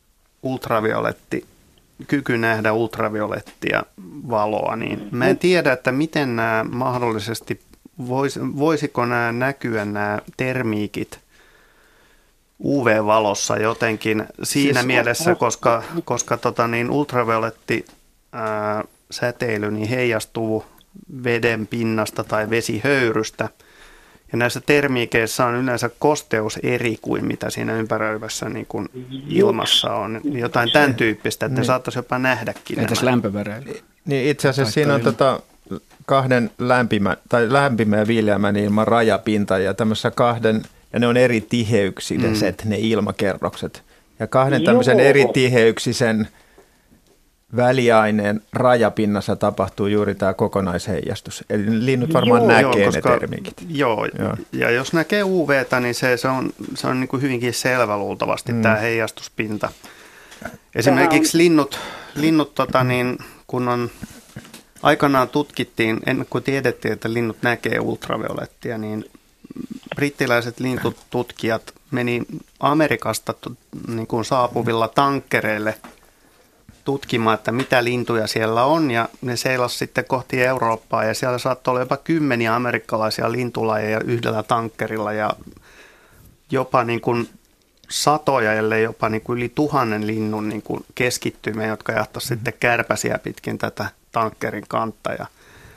kyky nähdä ultraviolettia valoa, niin mä en tiedä, että miten nämä mahdollisesti, voisiko nämä näkyä nämä termiikit UV-valossa jotenkin siinä mielessä, koska ultravioletti säteily niin heijastuu veden pinnasta tai vesihöyrystä. Ja näissä termiikeissä on yleensä kosteus eri kuin mitä siinä ympäröivässä niin kuin ilmassa on. Jotain tämän tyyppistä, että ne saattaisi jopa nähdäkin. Entäs lämpöväreily? Niin itse asiassa siinä on kahden lämpimän ja viileämän ilman rajapinta ja tämmöisessä kahden, ja ne on eri tiheyksiset ne ilmakerrokset. Ja kahden tämmöisen eri tiheyksisen väliaineen rajapinnassa tapahtuu juuri tämä kokonaisheijastus. Eli linnut varmaan näkee ne termiikit. Joo, ja jos näkee UV:tä, niin se on niin kuin hyvinkin selvä luultavasti tämä heijastuspinta. Esimerkiksi linnut kun on aikanaan tutkittiin, ennen kuin tiedettiin, että linnut näkee ultraviolettia, niin brittiläiset lintututkijat meni Amerikasta niin kuin saapuvilla tankkereille tutkimaan, että mitä lintuja siellä on, ja ne seilasi sitten kohti Eurooppaa, ja siellä saattoi olla jopa 10 amerikkalaisia lintulajeja yhdellä tankkerilla, ja jopa niin kuin satoja, ellei jopa niin kuin yli 1000 linnun niin kuin keskittymä, jotka jahtaisi sitten kärpäsiä pitkin tätä tankkerin kantta.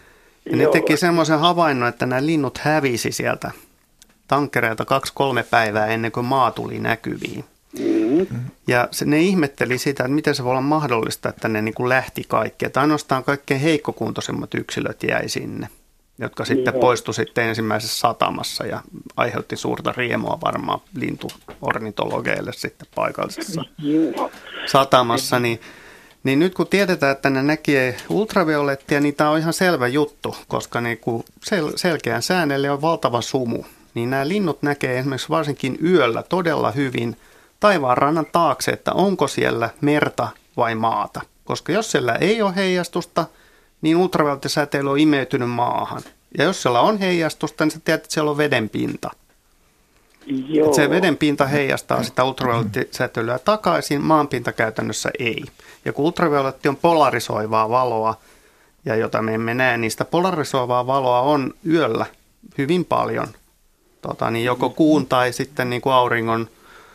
Ja ne teki semmoisen havainnon, että nämä linnut hävisi sieltä tankkereilta 2-3 päivää ennen kuin maa tuli näkyviin. Ja ne ihmetteli sitä, että miten se voi olla mahdollista, että ne niin kuin lähti kaikki. Että ainoastaan kaikkein heikkokuntoisemmat yksilöt jäi sinne, jotka sitten poistui sitten ensimmäisessä satamassa ja aiheutti suurta riemua varmaan lintuornitologeille sitten paikallisessa satamassa. Niin nyt kun tiedetään, että ne näkee ultraviolettia, niin tämä on ihan selvä juttu, koska niin kuin selkeän säännölle on valtava sumu. Niin nämä linnut näkee esimerkiksi varsinkin yöllä todella hyvin taivaanrannan taakse, että onko siellä merta vai maata. Koska jos siellä ei ole heijastusta, niin ultraviolettisäteily on imeytynyt maahan. Ja jos siellä on heijastusta, niin sä tiedät, että siellä on vedenpinta. Että se vedenpinta heijastaa sitä ultraviolettisäteilyä takaisin, maanpinta käytännössä ei. Ja kun ultravioletti on polarisoivaa valoa, ja jota me emme näe, niin sitä polarisoivaa valoa on yöllä hyvin paljon. Niin joko kuun tai sitten niin kuin auringon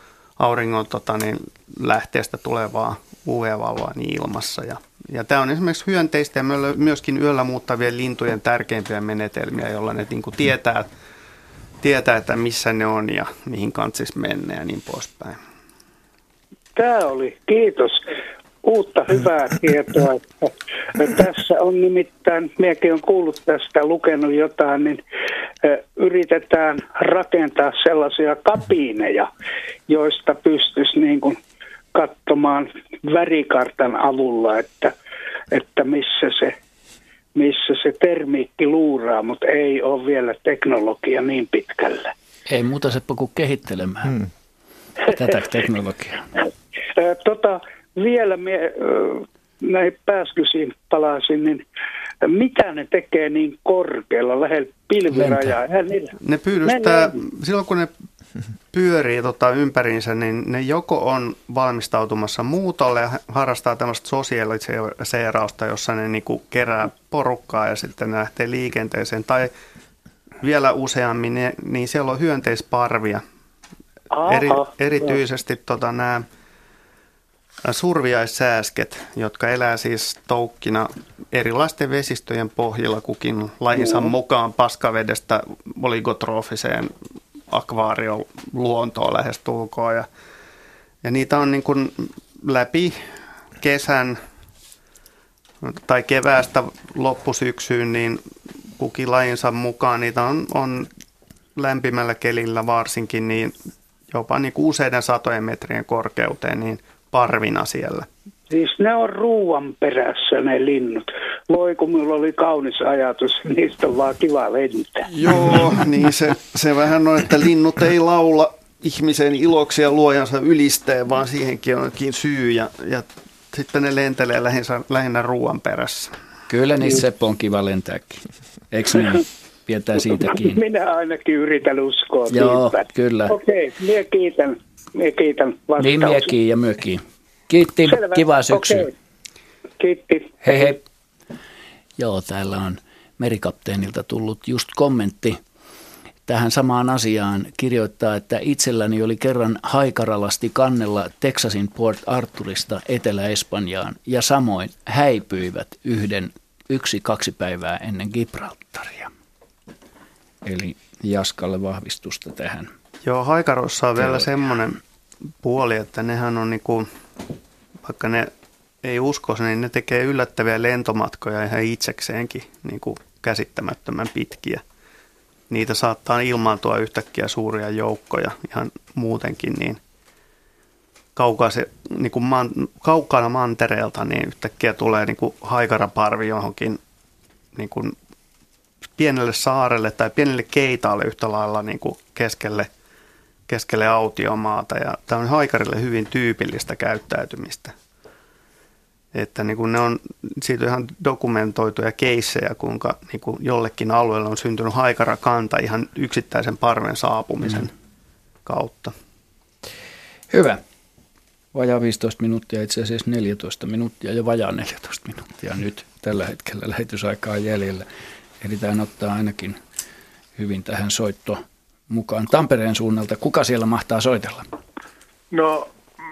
lähteestä tulevaa UV-valoa niin ilmassa. Ja tämä on esimerkiksi hyönteistä ja myöskin yöllä muuttavien lintujen tärkeimpiä menetelmiä, joilla ne niin kuin tietää, että missä ne on ja mihin kantsisi mennä ja niin poispäin. Tämä oli, kiitos. Uutta hyvää tietoa. Että tässä on nimittäin, minäkin olen kuullut tästä, lukenut jotain, niin yritetään rakentaa sellaisia kabiineja, joista pystyisi niin kuin katsomaan värikartan avulla, että missä se termiikki luuraa, mutta ei ole vielä teknologia niin pitkällä. Ei muuta Seppo kuin kehittelemään tätä teknologiaa. Vielä näihin pääskysiin palasin, niin mitä ne tekee niin korkealla, lähellä pilvirajaa? Ne pyydystää, silloin kun ne pyörii ympäriinsä, niin ne joko on valmistautumassa muutolle ja harrastaa tämmöistä sosiaaliseerausta, jossa ne niinku kerää porukkaa ja sitten ne lähtee liikenteeseen. Tai vielä useammin, niin siellä on hyönteisparvia. Erityisesti nämä surviaissääsket, jotka elää siis toukkina erilaisten vesistöjen pohjilla kukin lajinsa mukaan paskavedestä oligotroofiseen akvaarioluontoon lähestulkoon. Ja niitä on niin kuin läpi kesän tai keväästä loppusyksyyn, niin kukin lajinsa mukaan niitä on lämpimällä kelillä varsinkin niin jopa niin kuin useiden satojen metrien korkeuteen niin parvina siellä. Siis ne on ruuan perässä ne linnut. Voi kun minulla oli kaunis ajatus, niistä on vaan kiva lentää. Joo, niin se vähän on, että linnut ei laula ihmisen iloksi ja luojansa ylistää, vaan siihenkin onkin syy ja sitten ne lentelee lähinnä ruuan perässä. Kyllä niissä Seppo on kiva lentääkin. Eikö niin? Pidetään siitä kiinni. Minä ainakin yritän uskoa. Joo, kyllä. Okei, minä kiitän vastauksen. Niin miekin ja myökin. Kiitti, selvä. Kivaa syksyä. Okay. Kiitti. Hei hei. Joo, täällä on merikapteenilta tullut just kommentti tähän samaan asiaan. Kirjoittaa, että itselläni oli kerran haikaralasti kannella Texasin Port Arthurista Etelä-Espanjaan ja samoin häipyivät 1-2 päivää ennen Gibraltaria. Eli Jaskalle vahvistusta tähän. Joo, haikaroissa on vielä semmoinen puoli, että nehän on niinku, vaikka ne ei usko, niin ne tekee yllättäviä lentomatkoja ihan itsekseenkin niinku käsittämättömän pitkiä. Niitä saattaa ilmaantua yhtäkkiä suuria joukkoja ihan muutenkin niin niinku kaukana mantereelta, niin yhtäkkiä tulee niinku haikaraparvi johonkin niinku pienelle saarelle tai pienelle keitaalle yhtä lailla niinku keskelle autiomaata. Ja tämä on haikarille hyvin tyypillistä käyttäytymistä. Että niin kuin ne on, siitä on ihan dokumentoituja keissejä, kuinka niin kuin jollekin alueelle on syntynyt haikarakanta ihan yksittäisen parven saapumisen kautta. Hyvä. Vajaa 15 minuuttia, itse asiassa 14 minuuttia ja vajaa 14 minuuttia nyt tällä hetkellä lähetysaikaa jäljellä. Ehditään ottaa ainakin hyvin tähän soitto mukaan Tampereen suunnalta. Kuka siellä mahtaa soitella? No,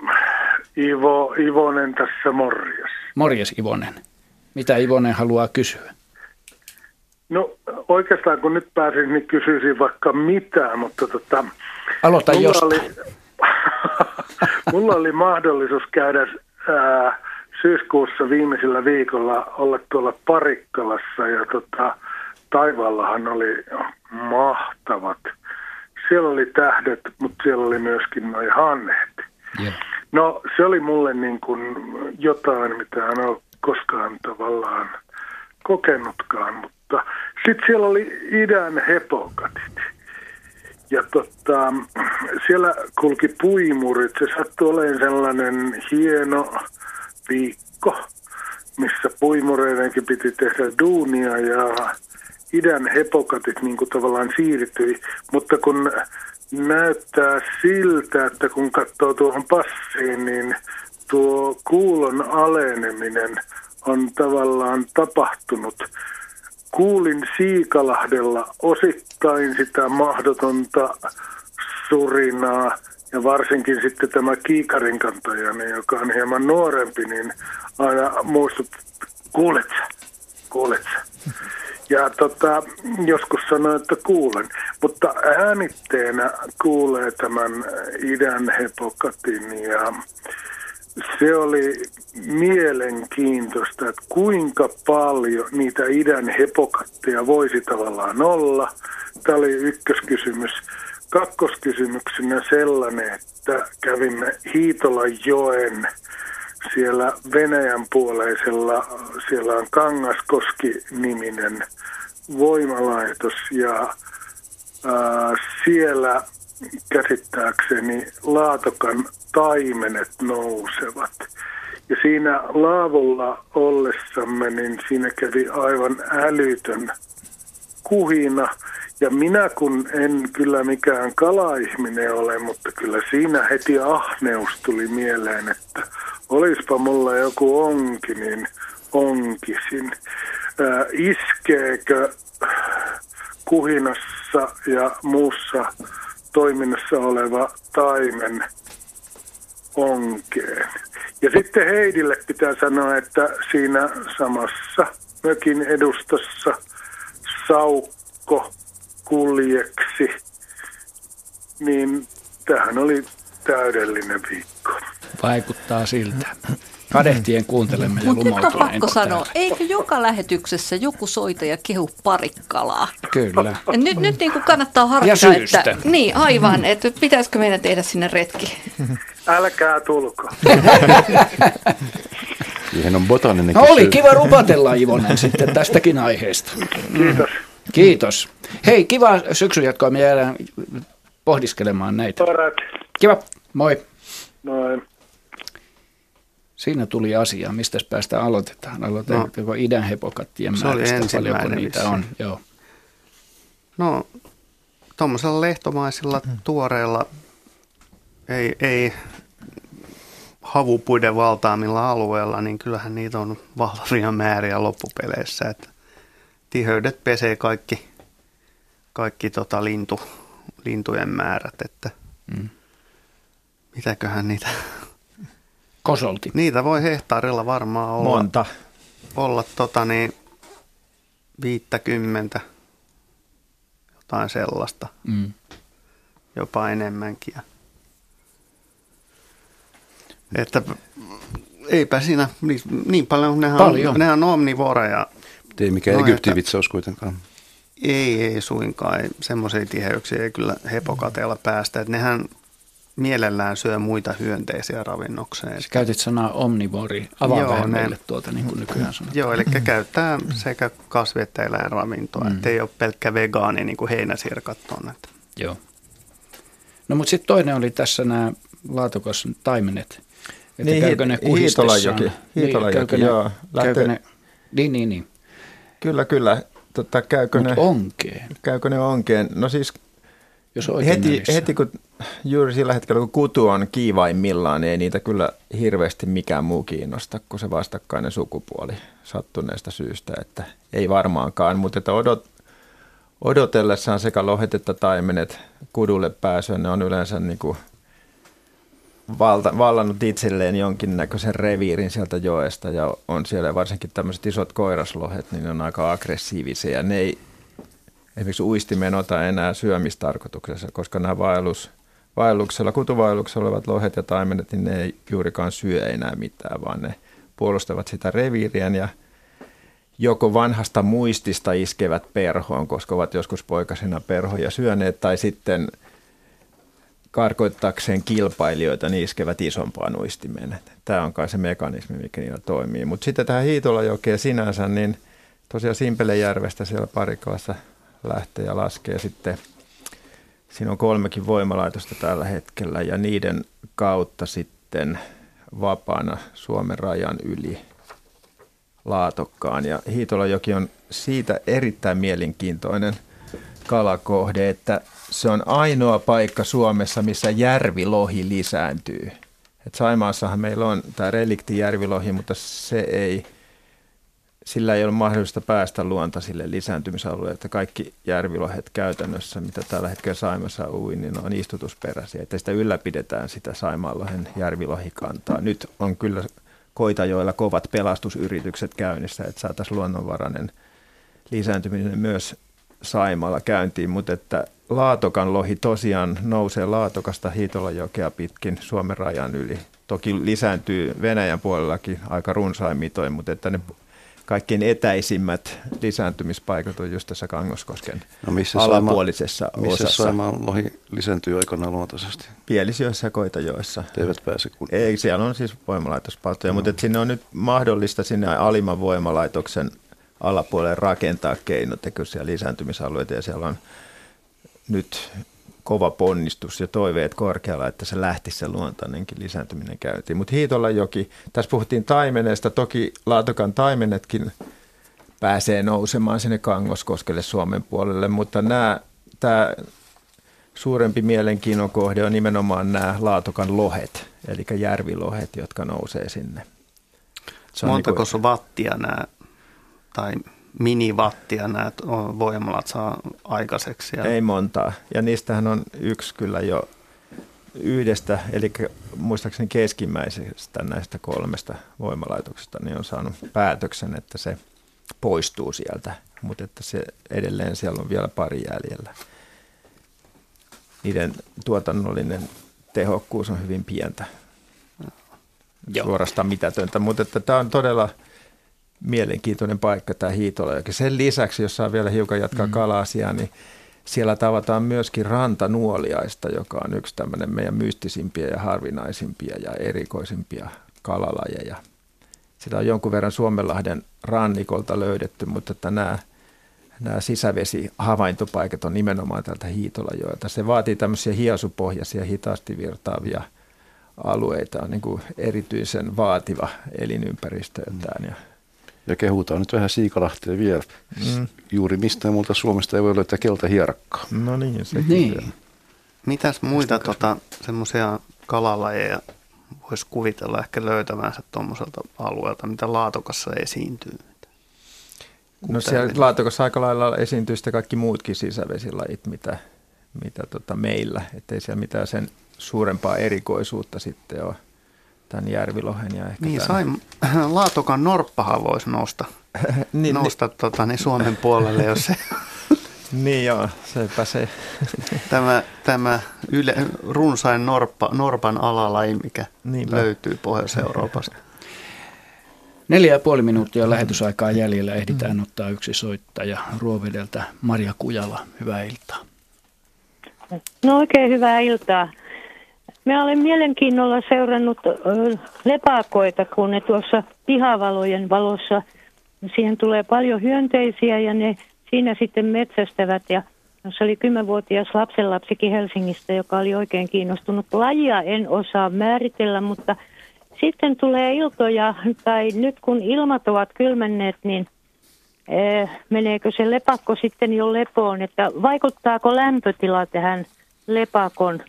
Ivonen tässä, morjes. Morjes Ivonen. Mitä Ivonen haluaa kysyä? No oikeastaan kun nyt pääsin, niin kysyisin vaikka mitä, mutta aloita jostain. Mulla oli mahdollisuus käydä syyskuussa viimeisellä viikolla olla tuolla Parikkalassa ja taivaallahan oli mahtavat. Siellä oli tähdet, mutta siellä oli myöskin noi hanhet. Yeah. No se oli mulle niin kuin jotain, mitä en ole koskaan tavallaan kokenutkaan, mutta sitten siellä oli idän hepokatit. Ja siellä kulki puimurit. Se sattui olemaan sellainen hieno viikko, missä puimureidenkin piti tehdä duunia ja idän hepokatit niin kuin tavallaan siirtyi. Mutta kun näyttää siltä, että kun katsoo tuohon passiin, niin tuo kuulon aleneminen on tavallaan tapahtunut. Kuulin Siikalahdella osittain sitä mahdotonta surinaa ja varsinkin sitten tämä kiikarinkantajani, joka on hieman nuorempi, niin aina kuulet sä? Ja joskus sanoin, että kuulen, mutta äänitteenä kuulee tämän idän hepokatin ja se oli mielenkiintoista, että kuinka paljon niitä idän hepokatteja voisi tavallaan olla. Tämä oli ykköskysymys. Kakkoskysymyksenä sellainen, että kävimme Hiitolanjoen siellä Venäjän puoleisella, siellä on Kangaskoski-niminen voimalaitos ja siellä käsittääkseni Laatokan taimenet nousevat. Ja siinä laavulla ollessamme, niin siinä kävi aivan älytön kuhina. Ja minä kun en kyllä mikään kalaihminen ole, mutta kyllä siinä heti ahneus tuli mieleen, että olispa mulla joku onki, niin onkisin. Iskeekö kuhinassa ja muussa toiminnassa oleva taimen onkeen? Ja sitten Heidille pitää sanoa, että siinä samassa mökin edustassa saukko kuljeksi, niin tämähän oli täydellinen viikko. Vaikuttaa siltä. Kadehtien kuuntelemme ja lumoutuneen. Mutta pakko sanoa, eikö joka lähetyksessä joku soitaja kehu Parikkalaa? Kyllä. Ja nyt niin kuin kannattaa harkita, että niin aivan, että pitäisikö meidän tehdä sinne retki? Älkää tulko. Siihen on botaninen no oli kiva rupatella Ivonen sitten tästäkin aiheesta. Kiitos. Kiitos. Hei, kiva syksyn jatkoa. Me jäädään pohdiskelemaan näitä. Parat. Kiva. Moi. Moi. Siinä tuli asia. Mistäs päästä aloitetaan? Aloitetaanko idän hepokattien määrästä? Paljonko niitä on? Joo. No, tuommoisella lehtomaisilla tuoreilla ei havupuiden valtaamilla alueella, niin kyllähän niitä on valtavia määriä loppupeleissä. Että tiheydet pesee kaikki lintujen määrät, että mitäköhän niitä... Kosolti. Niitä voi hehtaarilla varmaan olla. Monta. Olla 50, jotain sellaista. Jopa enemmänkin. Että eipä siinä niin paljon, nehän on omnivoreja. Ei mikään egyptivitsaus kuitenkaan. Ei suinkaan. Semmoisia tiheyksiä ei kyllä hepokateella päästä. Että nehän mielellään syö muita hyönteisiä ravinnokseen. Käytit sanaa omnivori. Avaa vähän meille tuolta, niin kuin nykyään sanotaan. Joo, eli käyttää sekä kasvi- että eläinravintoa. Että ei ole pelkkä vegaani, niin kuin heinäsirkat on. Joo. No mutta sitten toinen oli tässä nämä Laatokan taimenet. Että niin, käykö ne kuhistessaan? Hiitolanjoki, joo. Niin. Kyllä. Käykö ne onkeen? No siis jos heti kun juuri sillä hetkellä, kun kutu on kiivaimmillaan, niin ei niitä kyllä hirveästi mikään muu kiinnosta kuin se vastakkainen sukupuoli sattuneesta syystä, että ei varmaankaan, mutta että odotellessaan sekä lohet että taimenet kudulle pääsyä, ne on yleensä niin kuin vallannut itselleen jonkinnäköisen reviirin sieltä joesta ja on siellä varsinkin tämmöiset isot koiraslohet, niin ne on aika aggressiivisia. esimerkiksi uistimeen ota enää syömistarkoituksessa, koska nämä kutuvaelluksella olevat lohet ja taimenet, niin ne ei juurikaan syö enää mitään, vaan ne puolustavat sitä reviiriä ja joko vanhasta muistista iskevät perhoon, koska ovat joskus poikasena perhoja syöneet, tai sitten karkoittaakseen kilpailijoita, niin iskevät isompaan uistimeen. Tämä on kai se mekanismi, mikä niillä toimii. Mutta sitten tähän Hiitolajokeen sinänsä, niin tosiaan Simpelejärvestä siellä Parikkalassa lähtee ja laskee sitten. Siinä on 3 voimalaitosta tällä hetkellä ja niiden kautta sitten vapaana Suomen rajan yli Laatokkaan. Ja Hiitolajoki on siitä erittäin mielenkiintoinen kalakohde, että se on ainoa paikka Suomessa, missä järvilohi lisääntyy. Et Saimaassahan meillä on tämä reliktijärvilohi, mutta sillä ei ole mahdollista päästä luontaisille lisääntymisalueille, että kaikki järvilohet käytännössä, mitä tällä hetkellä Saimaassa niin on istutusperäisiä, että sitä ylläpidetään sitä Saimaanlohen järvilohikantaa. Nyt on kyllä Koitajoilla kovat pelastusyritykset käynnissä, että saataisiin luonnonvarainen lisääntyminen myös Saimaalla käyntiin, mutta että Laatokan lohi tosiaan nousee Laatokasta Hiitolajokea pitkin Suomen rajan yli. Toki lisääntyy Venäjän puolellakin aika runsain mitoin, mutta että ne kaikkein etäisimmät lisääntymispaikat on just tässä Kangoskosken alapuolisessa osassa. Missä Saimaan lohi lisääntyy aikanaan luontaisesti? Pielisjoessa ja Koitajoessa. Eivät pääse kun... Ei, siellä on siis voimalaitospalstoja, mutta että sinne on nyt mahdollista sinne alimman voimalaitoksen alapuolelle rakentaa keinotekoisia lisääntymisalueita ja siellä on nyt kova ponnistus ja toiveet korkealla, että se lähtisi se luontainenkin lisääntyminen käyntiin. Mutta Hiitolajoki, tässä puhuttiin taimeneesta, toki Laatokan taimenetkin pääsee nousemaan sinne Kangoskoskelle Suomen puolelle, mutta tämä suurempi mielenkiinnon kohde on nimenomaan nämä Laatokan lohet, eli järvilohet, jotka nousee sinne. Montako wattia nämä, tai minivattia nämä voimalat saa aikaiseksi? Ei montaa. Ja niistähän on yksi kyllä jo yhdestä, eli muistaakseni keskimmäisestä näistä 3 voimalaitoksesta, niin on saanut päätöksen, että se poistuu sieltä. Mutta että se edelleen siellä on vielä pari jäljellä. Niiden tuotannollinen tehokkuus on hyvin pientä. Suorastaan mitätöntä, mutta että tämä on todella mielenkiintoinen paikka tämä Hiitolajoki. Sen lisäksi, jos saa vielä hiukan jatkaa kala-asiaa, niin siellä tavataan myöskin rantanuoliaista, joka on yksi tämmöinen meidän mystisimpiä ja harvinaisimpia ja erikoisimpia kalalajeja. Sitä on jonkun verran Suomenlahden rannikolta löydetty, mutta että nämä sisävesihavaintopaikat on nimenomaan tältä Hiitolajoelta. Se vaatii tämmöisiä hiasupohjaisia, hitaasti virtaavia alueita, on niin kuin erityisen vaativa elinympäristöltään. Ja kehutaan nyt vähän Siikalahtia vielä. Juuri mistään muuta Suomesta ei voi löytää keltahierakkaa. No niin, sekin. Niin. Mitäs muita semmoisia kalalajeja voisi kuvitella ehkä löytävänsä tuommoiselta alueelta, mitä Laatokassa esiintyy? No siellä Laatokassa aika lailla esiintyy sitten kaikki muutkin sisävesilajit, mitä meillä. Että ei siellä mitään sen suurempaa erikoisuutta sitten ole. Tämän järvilohen ja ehkä niin, Laatokan norppahan voisi nousta Suomen puolelle, jos se... Niin joo, sepä se. Tämä runsain norpan alalaji, mikä löytyy Pohjois-Euroopasta. 4,5 minuuttia lähetysaikaa jäljellä. Ehditään ottaa yksi soittaja Ruovedeltä. Marja Kujala, hyvää iltaa. No oikein hyvää iltaa. Mä olen mielenkiinnolla seurannut lepakoita, kun ne tuossa pihavalojen valossa, siihen tulee paljon hyönteisiä ja ne siinä sitten metsästävät. Ja se oli 10-vuotias lapsenlapsikin Helsingistä, joka oli oikein kiinnostunut. Lajia en osaa määritellä, mutta sitten tulee iltoja, tai nyt kun ilmat ovat kylmenneet, niin meneekö se lepakko sitten jo lepoon, että vaikuttaako lämpötila tähän lepakon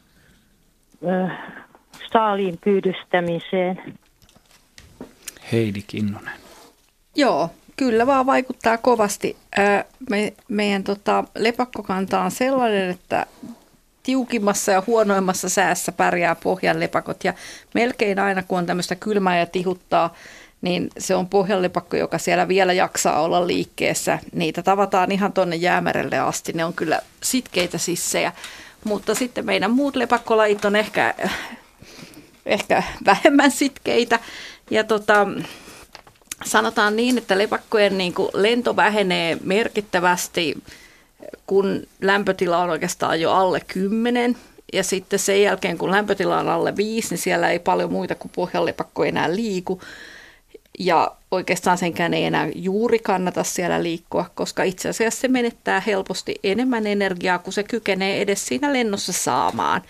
saaliin pyydystämiseen? Heidi Kinnunen. Joo, kyllä vaan vaikuttaa kovasti. Meidän lepakkokanta on sellainen, että tiukimmassa ja huonoimmassa säässä pärjää pohjan lepakot ja melkein aina kun on tämmöistä kylmää ja tihuttaa, niin se on pohjanlepakko, joka siellä vielä jaksaa olla liikkeessä. Niitä tavataan ihan tuonne Jäämerelle asti, ne on kyllä sitkeitä sissejä. Mutta sitten meidän muut lepakkolajit on ehkä vähemmän sitkeitä. Ja sanotaan niin, että lepakkojen niin kuin lento vähenee merkittävästi, kun lämpötila on oikeastaan jo alle 10. Ja sitten sen jälkeen, kun lämpötila on alle 5, niin siellä ei paljon muita kuin pohjanlepakko enää liiku. Ja oikeastaan senkään ei enää juuri kannata siellä liikkua, koska itse asiassa se menettää helposti enemmän energiaa, kuin se kykenee edes siinä lennossa saamaan.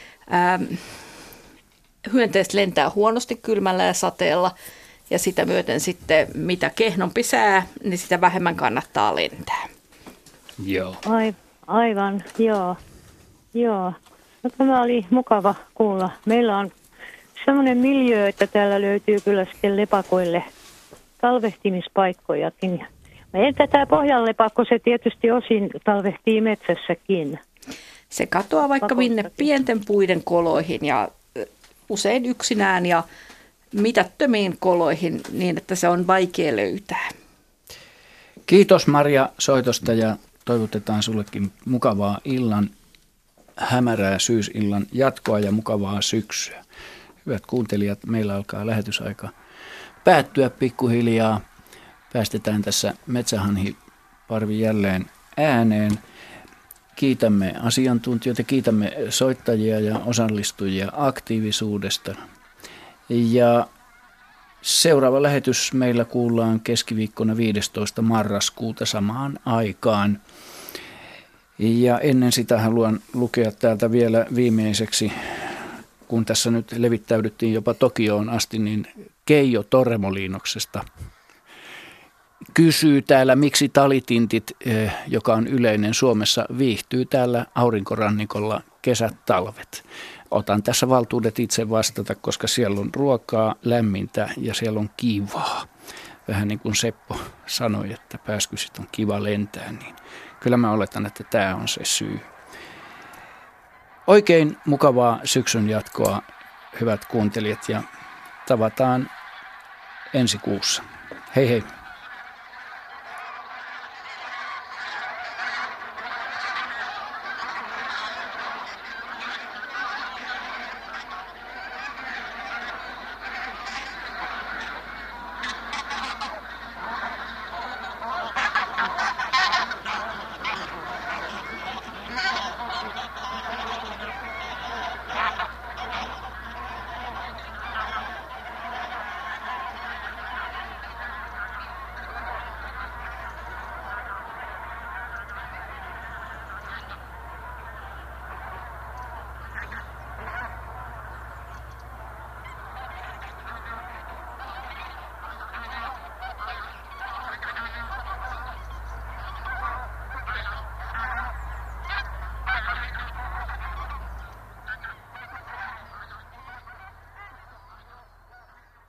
Hyönteiset lentää huonosti kylmällä ja sateella, ja sitä myöten sitten mitä kehnompi sää, niin sitä vähemmän kannattaa lentää. Joo. Aivan, joo. No, tämä oli mukava kuulla. Meillä on semmoinen miljöö, että täällä löytyy kyllä sitten lepakoille talvehtimispaikkojakin. Entä tämä pohjanlepakko, se tietysti osin talvehtii metsässäkin. Se katoaa vaikka minne pienten puiden koloihin ja usein yksinään ja mitättömiin koloihin niin, että se on vaikea löytää. Kiitos Maria soitosta ja toivotetaan sullekin mukavaa illan, hämärää syysillan jatkoa ja mukavaa syksyä. Hyvät kuuntelijat, meillä alkaa lähetysaika päättyä pikkuhiljaa. Päästetään tässä Metsähanhi-parvi jälleen ääneen. Kiitämme asiantuntijoita, kiitämme soittajia ja osallistujia aktiivisuudesta. Ja seuraava lähetys meillä kuullaan keskiviikkona 15. marraskuuta samaan aikaan. Ja ennen sitä haluan lukea täältä vielä viimeiseksi, kun tässä nyt levittäydyttiin jopa Tokioon asti, niin Keijo Torremoliinoksesta kysyy täällä, miksi talitintit, joka on yleinen Suomessa, viihtyy täällä aurinkorannikolla kesät, talvet. Otan tässä valtuudet itse vastata, koska siellä on ruokaa, lämmintä ja siellä on kivaa. Vähän niin kuin Seppo sanoi, että pääskysit on kiva lentää, niin kyllä mä oletan, että tämä on se syy. Oikein mukavaa syksyn jatkoa, hyvät kuuntelijat, ja tavataan ensi kuussa. Hei hei!